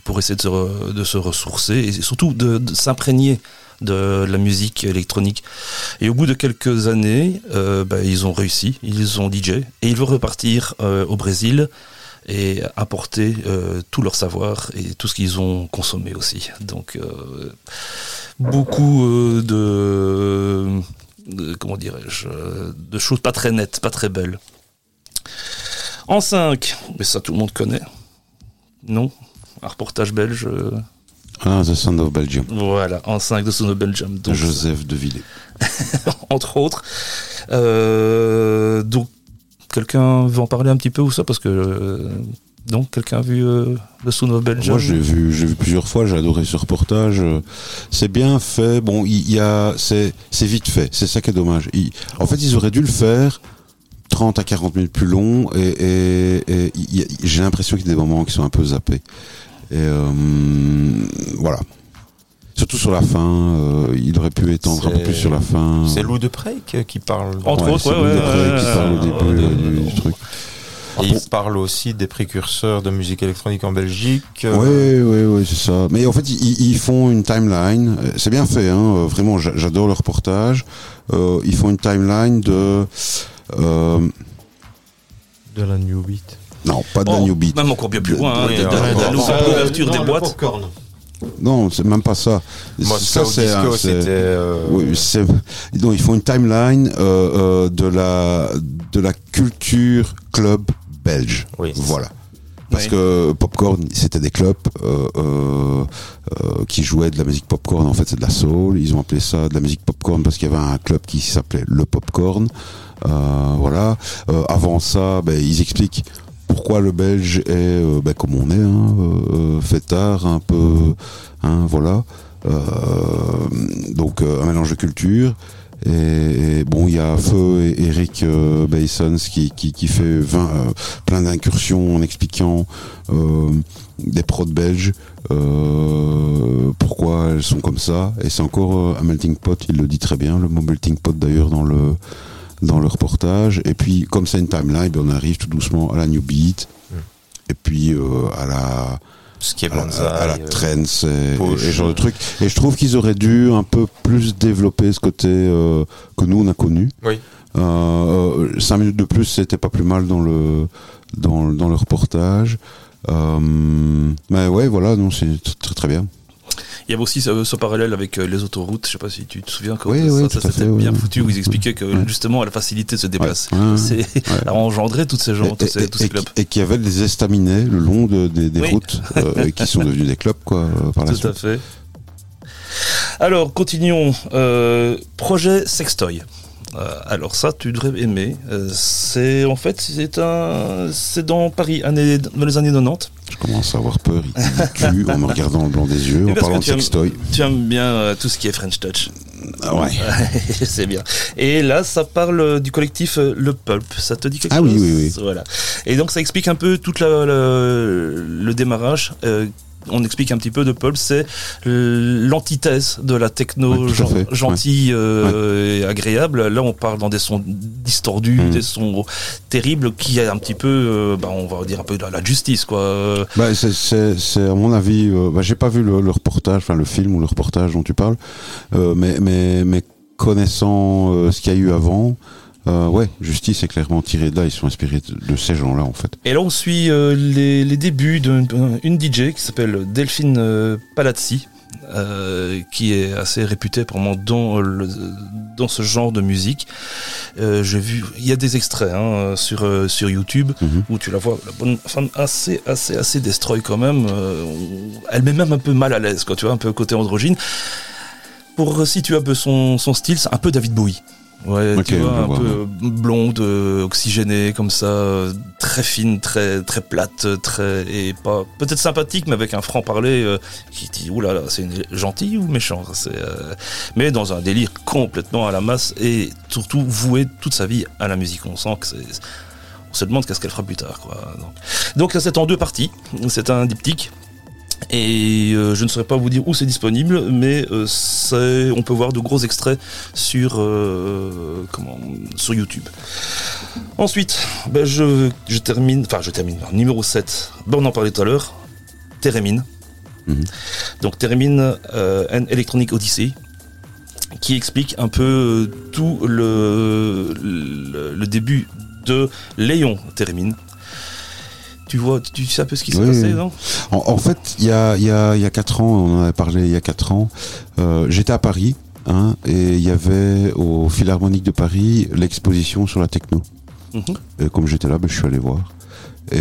pour essayer de se, re- de se ressourcer et surtout de, de s'imprégner de la musique électronique. Et au bout de quelques années, euh, bah, ils ont réussi, ils ont D J, et ils veulent repartir euh, au Brésil et apporter euh, tout leur savoir et tout ce qu'ils ont consommé aussi. Donc, euh, beaucoup euh, de, de, comment dirais-je, de choses pas très nettes, pas très belles. En cinq, mais ça tout le monde connaît, non ? Un reportage belge. Euh, Ah, The Sound of Belgium. Voilà, en cinq de Sound of Belgium. De Joseph de Villiers. Entre autres. Euh, donc, quelqu'un veut en parler un petit peu ou ça ? Parce que. Euh, donc, quelqu'un a vu euh, le Sound of Belgium ? Moi, j'ai vu, j'ai vu plusieurs fois. J'ai adoré ce reportage. C'est bien fait. Bon, il y, y a, c'est, c'est vite fait. C'est ça qui est dommage. Il, en fait, ils auraient dû le faire trente à quarante minutes plus long. Et, et, et y, j'ai l'impression qu'il y a des moments qui sont un peu zappés. Et euh, voilà. Surtout sur la fin, euh, il aurait pu étendre C'est- un peu plus sur la fin. C'est Lou de Preek qui parle. Entre Ouais, autres, c'est ouais, Lou ouais, Deprez ouais, qui ouais, parle au ouais, début ouais, euh, du, ouais. du truc. Et il parle aussi des précurseurs de musique électronique en Belgique. euh, Oui, oui, oui, c'est ça. Mais en fait, ils, ils font une timeline. C'est bien fait, hein. Vraiment, j'a- j'adore le reportage. Euh, ils font une timeline de. Euh, De la New Beat. non, pas de la Oh, New Beat. même encore bien plus loin, hein, Oui, de, de- alors, de la alors, nouvelle alors, ouverture des boîtes. Non, c'est même pas ça. Moscow Ça, c'est Disco, un- c'est- c'était. euh, Oui, c'est. Donc, ils font une timeline euh, euh, de la de la culture club belge. Oui. Voilà. Parce Oui. que Popcorn, c'était des clubs euh, euh, euh, qui jouaient de la musique Popcorn. En fait, c'est de la soul. Ils ont appelé ça de la musique Popcorn parce qu'il y avait un club qui s'appelait le Popcorn. Euh, voilà. Euh, avant ça, ben, ils expliquent pourquoi le Belge est euh, ben, comme on est, hein, euh, fêtard, un peu, hein, voilà. Euh, donc euh, un mélange de culture. Et, et bon, il y a Feu et Eric euh, Baysons qui, qui, qui fait vingt, euh, plein d'incursions en expliquant euh, des prods belges, euh, pourquoi elles sont comme ça. Et c'est encore euh, un melting pot, il le dit très bien, le mot melting pot d'ailleurs dans le dans le reportage. Et puis, comme c'est une timeline, ben, on arrive tout doucement à la New Beat, Mm. et puis euh, à la Ce qui est à la, Banzai, à la euh, trance et, Poche. et ce genre de trucs. Et je trouve qu'ils auraient dû un peu plus développer ce côté euh, que nous on a connu. Oui. Euh, euh, cinq minutes de plus, c'était pas plus mal dans le dans, le- dans le reportage. Euh, mais ouais, voilà, non, c'est t- très très bien. Il y avait aussi ce, ce parallèle avec euh, les autoroutes, je sais pas si tu te souviens quand Oui, ça, oui, ça, tout à c'était fait, bien oui. foutu, où ils expliquaient que Ouais. justement la facilité de se déplacer, Ouais, ouais, c'est ouais. a engendré toutes ces gens, Et- tous ces, et- tous ces et clubs. qui- et qu'il y avait des estaminets le long de- des, des Oui. routes euh, qui sont devenus des clubs quoi euh, par la Tout à suite. fait. Alors, continuons. Euh, projet Sextoy. Euh, alors ça, tu devrais aimer. Euh, c'est en fait, c'est un, c'est dans Paris, année, dans les années quatre-vingt-dix. Je commence à avoir peur. Il dit cul en me regardant le blanc des yeux, Et en parce parlant que de tu aimes- sextoy. Tu aimes bien euh, tout ce qui est French Touch. Ah ouais. C'est bien. Et là, ça parle euh, du collectif euh, Le Pulp. Ça te dit quelque Ah chose? oui, oui, oui. Voilà. Et donc, ça explique un peu tout le, le démarrage. Euh, on explique un petit peu de Pulp, c'est l'antithèse de la techno Ouais, tout à gen- fait, gentille euh, et agréable. Là, on parle dans des sons distordus, Mm. des sons terribles, qui est un petit peu, euh, bah, on va dire un peu de la justice, quoi. Euh, Bah, c'est, c'est, c'est à mon avis. Euh, bah, j'ai pas vu le, le reportage, enfin le film ou le reportage dont tu parles, euh, mais, mais, mais connaissant euh, ce qu'il y a eu avant, euh, ouais, Justice est clairement tiré de là. Ils sont inspirés de, de ces gens-là, en fait. Et là, on suit euh, les, les débuts d'une une D J qui s'appelle Delphine euh, Palazzi, euh, qui est assez réputée pour moi dans, le, dans ce genre de musique. Euh, j'ai vu, il y a des extraits hein, sur euh, sur YouTube Mhm. où tu la vois, la bonne femme assez assez assez destroy quand même. Euh, on- elle met même un peu mal à l'aise, quoi. Tu vois, un peu côté androgyne. Pour situer un peu son son style, c'est un peu David Bowie. Ouais, Ok, tu vois, je un vois, peu blonde, euh, oxygénée comme ça, euh, très fine, très très plate, très et pas peut-être sympathique, mais avec un franc parler euh, qui dit ouh là là, c'est une gentille ou méchant, c'est euh, mais dans un délire complètement à la masse et surtout voué toute sa vie à la musique. On sent que c'est, on se demande qu'est-ce qu'elle fera plus tard, quoi. Donc, donc c'est en deux parties, c'est un diptyque. Et euh, je ne saurais pas vous dire où c'est disponible, mais euh, c'est, on peut voir de gros extraits sur, euh, comment, sur YouTube. Ensuite, ben je, je termine, enfin je termine, numéro sept, ben on en parlait tout à l'heure, Térémine. Mhm. Donc Theremin euh, and Electronic Odyssey, qui explique un peu tout le, le, le début de Léon Theremin. Tu vois, tu sais un peu ce qui s'est Oui, passé, oui. non? En, en fait, il y a, il y, a, il y a quatre ans, on en avait parlé il y a quatre ans, euh, j'étais à Paris, hein, et il y avait au Philharmonique de Paris l'exposition sur la techno. Mhm. Et comme j'étais là, ben, je suis allé voir. Et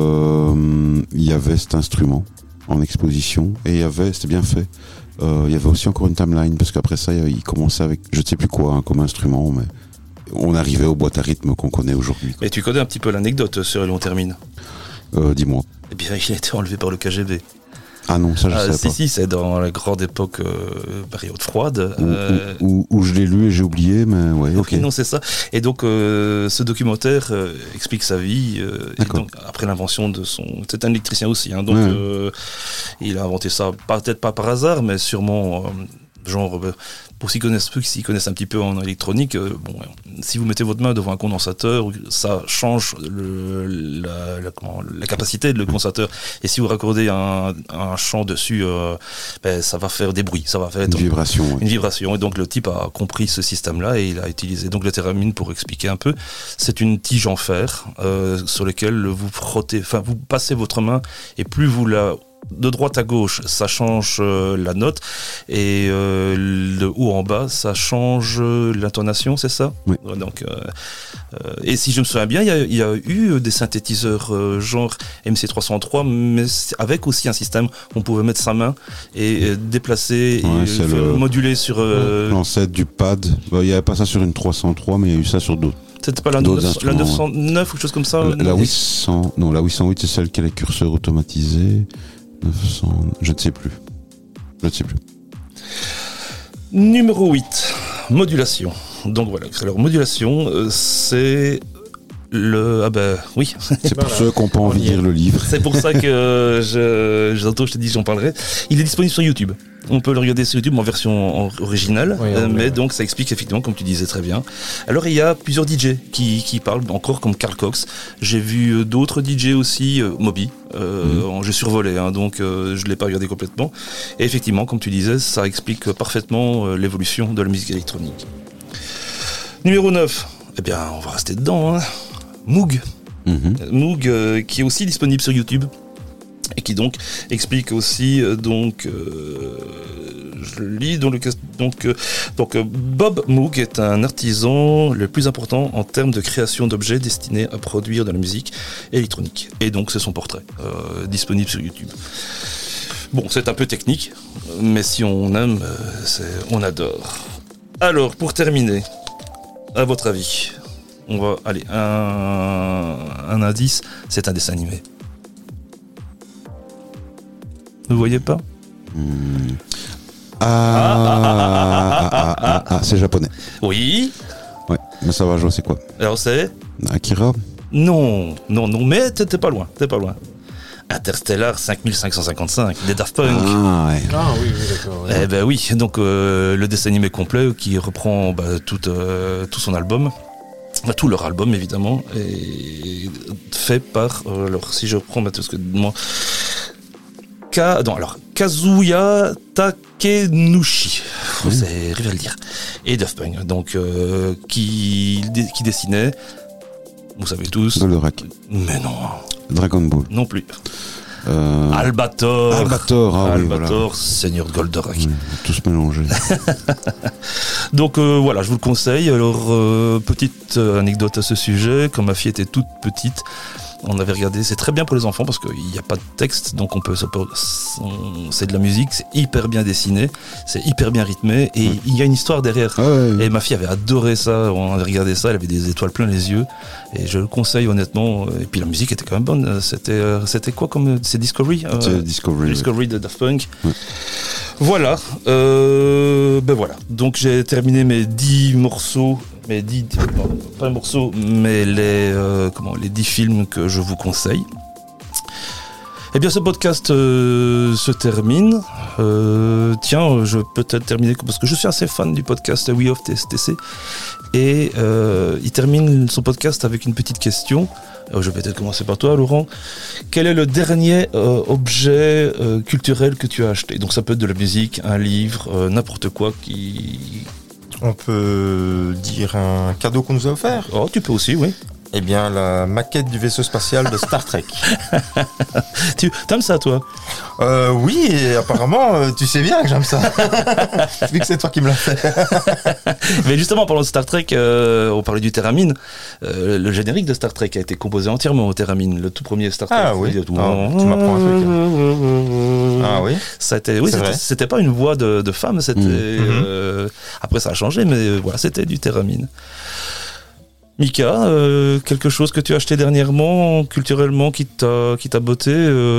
euh, il y avait cet instrument en exposition, et il y avait, c'était bien fait, euh, il y avait aussi encore une timeline, parce qu'après ça, il commençait avec, je ne sais plus quoi, hein, comme instrument, mais on arrivait aux boîtes à rythme qu'on connaît aujourd'hui. Et tu connais un petit peu l'anecdote sur Léon Theremin? Euh, dis-moi. Eh bien, il a été enlevé par le K G B. Ah non, ça je Ah, savais si, pas. si, c'est dans la grande époque euh, période froide. Où, euh, où- où- où je l'ai lu et j'ai oublié, mais ouais, ok. Non, c'est ça. Et donc, euh, ce documentaire euh, explique sa vie. Euh, et D'accord. donc, après l'invention de son. C'est un électricien aussi. Hein, donc, Ouais. euh, il a inventé ça, pas- peut-être pas par hasard, mais sûrement. Euh, genre, euh, pour s'y connaissent, ceux qui s'y connaissent un petit peu en électronique, euh, bon, euh, si vous mettez votre main devant un condensateur, ça change le, la, la, comment, la capacité de le condensateur. Et si vous raccordez un, un champ dessus, euh, ben, ça va faire des bruits, ça va faire Une vibration, ouais. une vibration. Et donc le type a compris ce système-là et il a utilisé donc le Theremin pour expliquer un peu. C'est une tige en fer euh, sur laquelle vous frottez, enfin vous passez votre main et plus vous la de droite à gauche, ça change euh, la note, et euh, le haut en bas, ça change euh, l'intonation, c'est ça? Oui. Ouais, donc, euh, euh, et si je me souviens bien, il y a, il y a eu des synthétiseurs euh, genre M C trois cent trois, mais avec aussi un système où on pouvait mettre sa main et euh, déplacer, Ouais, et c'est faire le- moduler sur... euh, L'ancêtre du pad. Bah, il n'y avait pas ça sur une trois cent trois, mais il y a eu ça sur d'autres. C'était pas la, D'autres neuf- la instruments, neuf cent neuf ou quelque chose comme ça? La, la non huit cents, non, la huit cent huit, c'est celle qui a les curseurs automatisés. neuf cents, je ne sais plus. Je ne sais plus. Numéro huit, modulation. Donc voilà, alors modulation, euh, c'est le... Ah ben oui, C'est pour Voilà. ceux qui n'ont pas envie On de y est. lire le livre. c'est pour ça que je, je, tantôt je te dis j'en parlerai. Il est disponible sur YouTube. On peut le regarder sur YouTube en version en- originale, Oui, euh, oui, mais oui. donc ça explique effectivement, comme tu disais très bien. Alors il y a plusieurs D J qui, qui parlent encore, comme Carl Cox. J'ai vu euh, d'autres D J aussi, euh, Moby. Euh, en- J'ai survolé, hein, donc euh, je l'ai pas regardé complètement. Et effectivement, comme tu disais, ça explique parfaitement euh, l'évolution de la musique électronique. Numéro neuf, eh bien on va rester dedans. Hein. Moog. Mhm. Moog euh, qui est aussi disponible sur YouTube et qui donc explique aussi euh, donc euh, je le lis dans le cas- donc euh, donc euh, Bob Moog est un artisan le plus important en termes de création d'objets destinés à produire de la musique électronique, et donc c'est son portrait euh, disponible sur YouTube. Bon, c'est un peu technique, mais si on aime, euh, c'est, on adore. Alors, pour terminer, à votre avis, on va aller un, un indice, c'est un dessin animé. Vous voyez pas? Hmm. Ah, ah, ah, ah, ah, c'est japonais. Oui. Ouais, mais ça va, je vois c'est quoi. Alors c'est Akira. non, non, non, mais t'es t'es pas loin, t'es pas loin. Interstellar cinq mille cinq cent cinquante-cinq, des Daft Punk. Ah, ouais. Ah oui, oui, d'accord. ouais. Eh ben oui, donc euh, le dessin animé complet qui reprend bah, tout, euh, tout son album, enfin, tout leur album évidemment, et fait par, euh, alors si je reprends maintenant ce que moi, Ka, non, alors Kazuya Takenushi, Oui. c'est arrivé à le dire, et Daft Punk, donc euh, qui, dé- qui dessinait, vous savez tous, Goldorak. mais non, Dragon Ball. non plus, Euh, Albator, Albator, ah oui, Albator, voilà. Seigneur de Goldorak. Ouais, tous mélangés. Donc euh, voilà, je vous le conseille. Alors, euh, petite euh, anecdote à ce sujet, quand ma fille était toute petite, on avait regardé, c'est très bien pour les enfants parce qu'il n'y a pas de texte, donc on peut, ça peut- on- c'est de la musique, c'est hyper bien dessiné, c'est hyper bien rythmé, et Ouais. il y a une histoire derrière. Ah ouais, Et ma fille avait adoré ça, on avait regardé ça, elle avait des étoiles plein les yeux, et je le conseille honnêtement. Et puis la musique était quand même bonne, c'était, euh, c'était quoi comme, c'est Discovery euh, c'est Discovery. ouais. Discovery de Daft Punk. Ouais. Voilà. Euh, ben voilà. Donc j'ai terminé mes dix morceaux, mes dix, non, pas morceaux, mais les, euh, comment, les dix films que je vous conseille. Eh bien, ce podcast euh, se termine. Euh, tiens, je vais peut-être terminer parce que je suis assez fan du podcast We of T C C. Et euh, il termine son podcast avec une petite question. Alors, je vais peut-être commencer par toi, Laurent. Quel est le dernier euh, objet euh, culturel que tu as acheté? Donc, ça peut être de la musique, un livre, euh, n'importe quoi qui... On peut dire un cadeau qu'on nous a offert. Oh, tu peux aussi, oui. Eh bien, la maquette du vaisseau spatial de Star Trek. Tu aimes ça, toi? Euh, oui, et apparemment, euh, tu sais bien que j'aime ça. Vu que c'est toi qui me l'as fait. Mais justement, en parlant de Star Trek, euh, on parlait du Theramine. Euh, le générique de Star Trek a été composé entièrement au Theramine, le tout premier Star Trek. Ah oui. Ah, Ah, tu m'apprends un truc. Hein. Ah oui. Ça a été, oui, C'est c'était, vrai. c'était pas une voix de, de femme, c'était. Mmh. euh, après, ça a changé, mais euh, voilà, c'était du Theramine. Mika, euh, quelque chose que tu as acheté dernièrement, culturellement, qui t'a, qui t'a botté euh...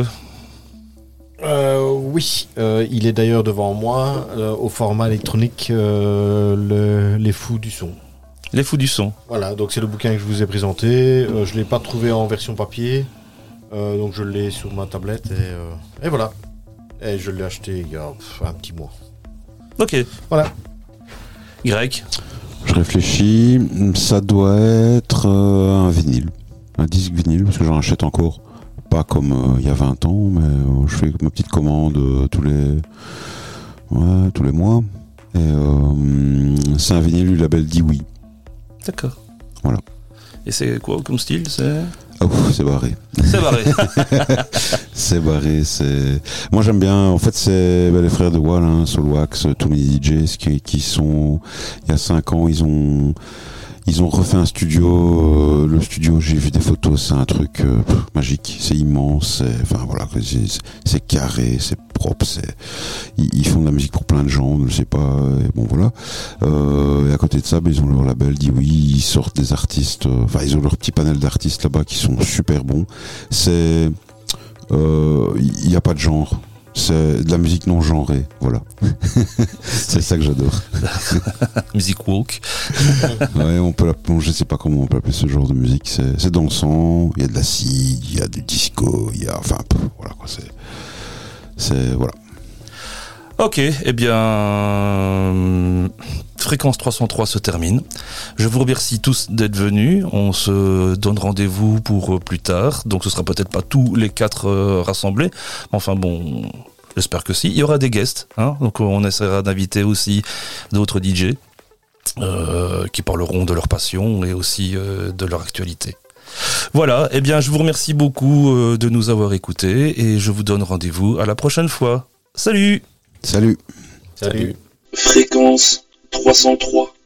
Euh, oui, euh, il est d'ailleurs devant moi, euh, au format électronique, euh, le- Les Fous du Son. Les Fous du Son. Voilà, donc c'est le bouquin que je vous ai présenté. Euh, je ne l'ai pas trouvé en version papier, euh, donc je l'ai sur ma tablette et, euh, et voilà. Et je l'ai acheté il y a pff, un petit mois. Ok. Voilà. Greg. Je réfléchis, ça doit être euh, un vinyle, un disque vinyle, parce que j'en achète encore, pas comme euh, il y a vingt ans, mais euh, je fais ma petite commande euh, tous les ouais, tous les mois. Et euh, c'est un vinyle du label Dewey. D'accord. Voilà. Et c'est quoi comme style? C'est, Oh, c'est barré. c'est barré. C'est barré, c'est... Moi j'aime bien, en fait c'est ben, les frères de Wall, hein, Soulwax, Too Many D Js, qui, qui sont... Il y a cinq ans, ils ont... Ils ont refait un studio, euh, le studio, j'ai vu des photos, c'est un truc euh, pff, magique, c'est immense, c'est, enfin voilà, c'est, c'est carré, c'est propre, c'est, ils, ils font de la musique pour plein de gens, je sais pas, et bon voilà. Euh, et à côté de ça, ben, ils ont leur label, dit oui, ils sortent des artistes, euh, enfin ils ont leur petit panel d'artistes là-bas qui sont super bons. C'est, euh, il n'y a pas de genre. C'est de la musique non genrée, voilà. C'est ça que j'adore. Music walk. Ouais, on peut l'appeler, je sais pas comment on peut appeler ce genre de musique. C'est, c'est dansant, il y a de la cig, il y a du disco, il y a, enfin, pff, voilà quoi. C'est, c'est voilà. Ok, eh bien, euh, Fréquence trois cent trois se termine. Je vous remercie tous d'être venus. On se donne rendez-vous pour euh, plus tard. Donc ce sera peut-être pas tous les quatre euh, rassemblés. Enfin bon, j'espère que si. Il y aura des guests. Hein, donc on essaiera d'inviter aussi d'autres D J euh, qui parleront de leur passion et aussi euh, de leur actualité. Voilà, eh bien je vous remercie beaucoup euh, de nous avoir écoutés et je vous donne rendez-vous à la prochaine fois. Salut! Salut. Salut. Fréquence trois cent trois.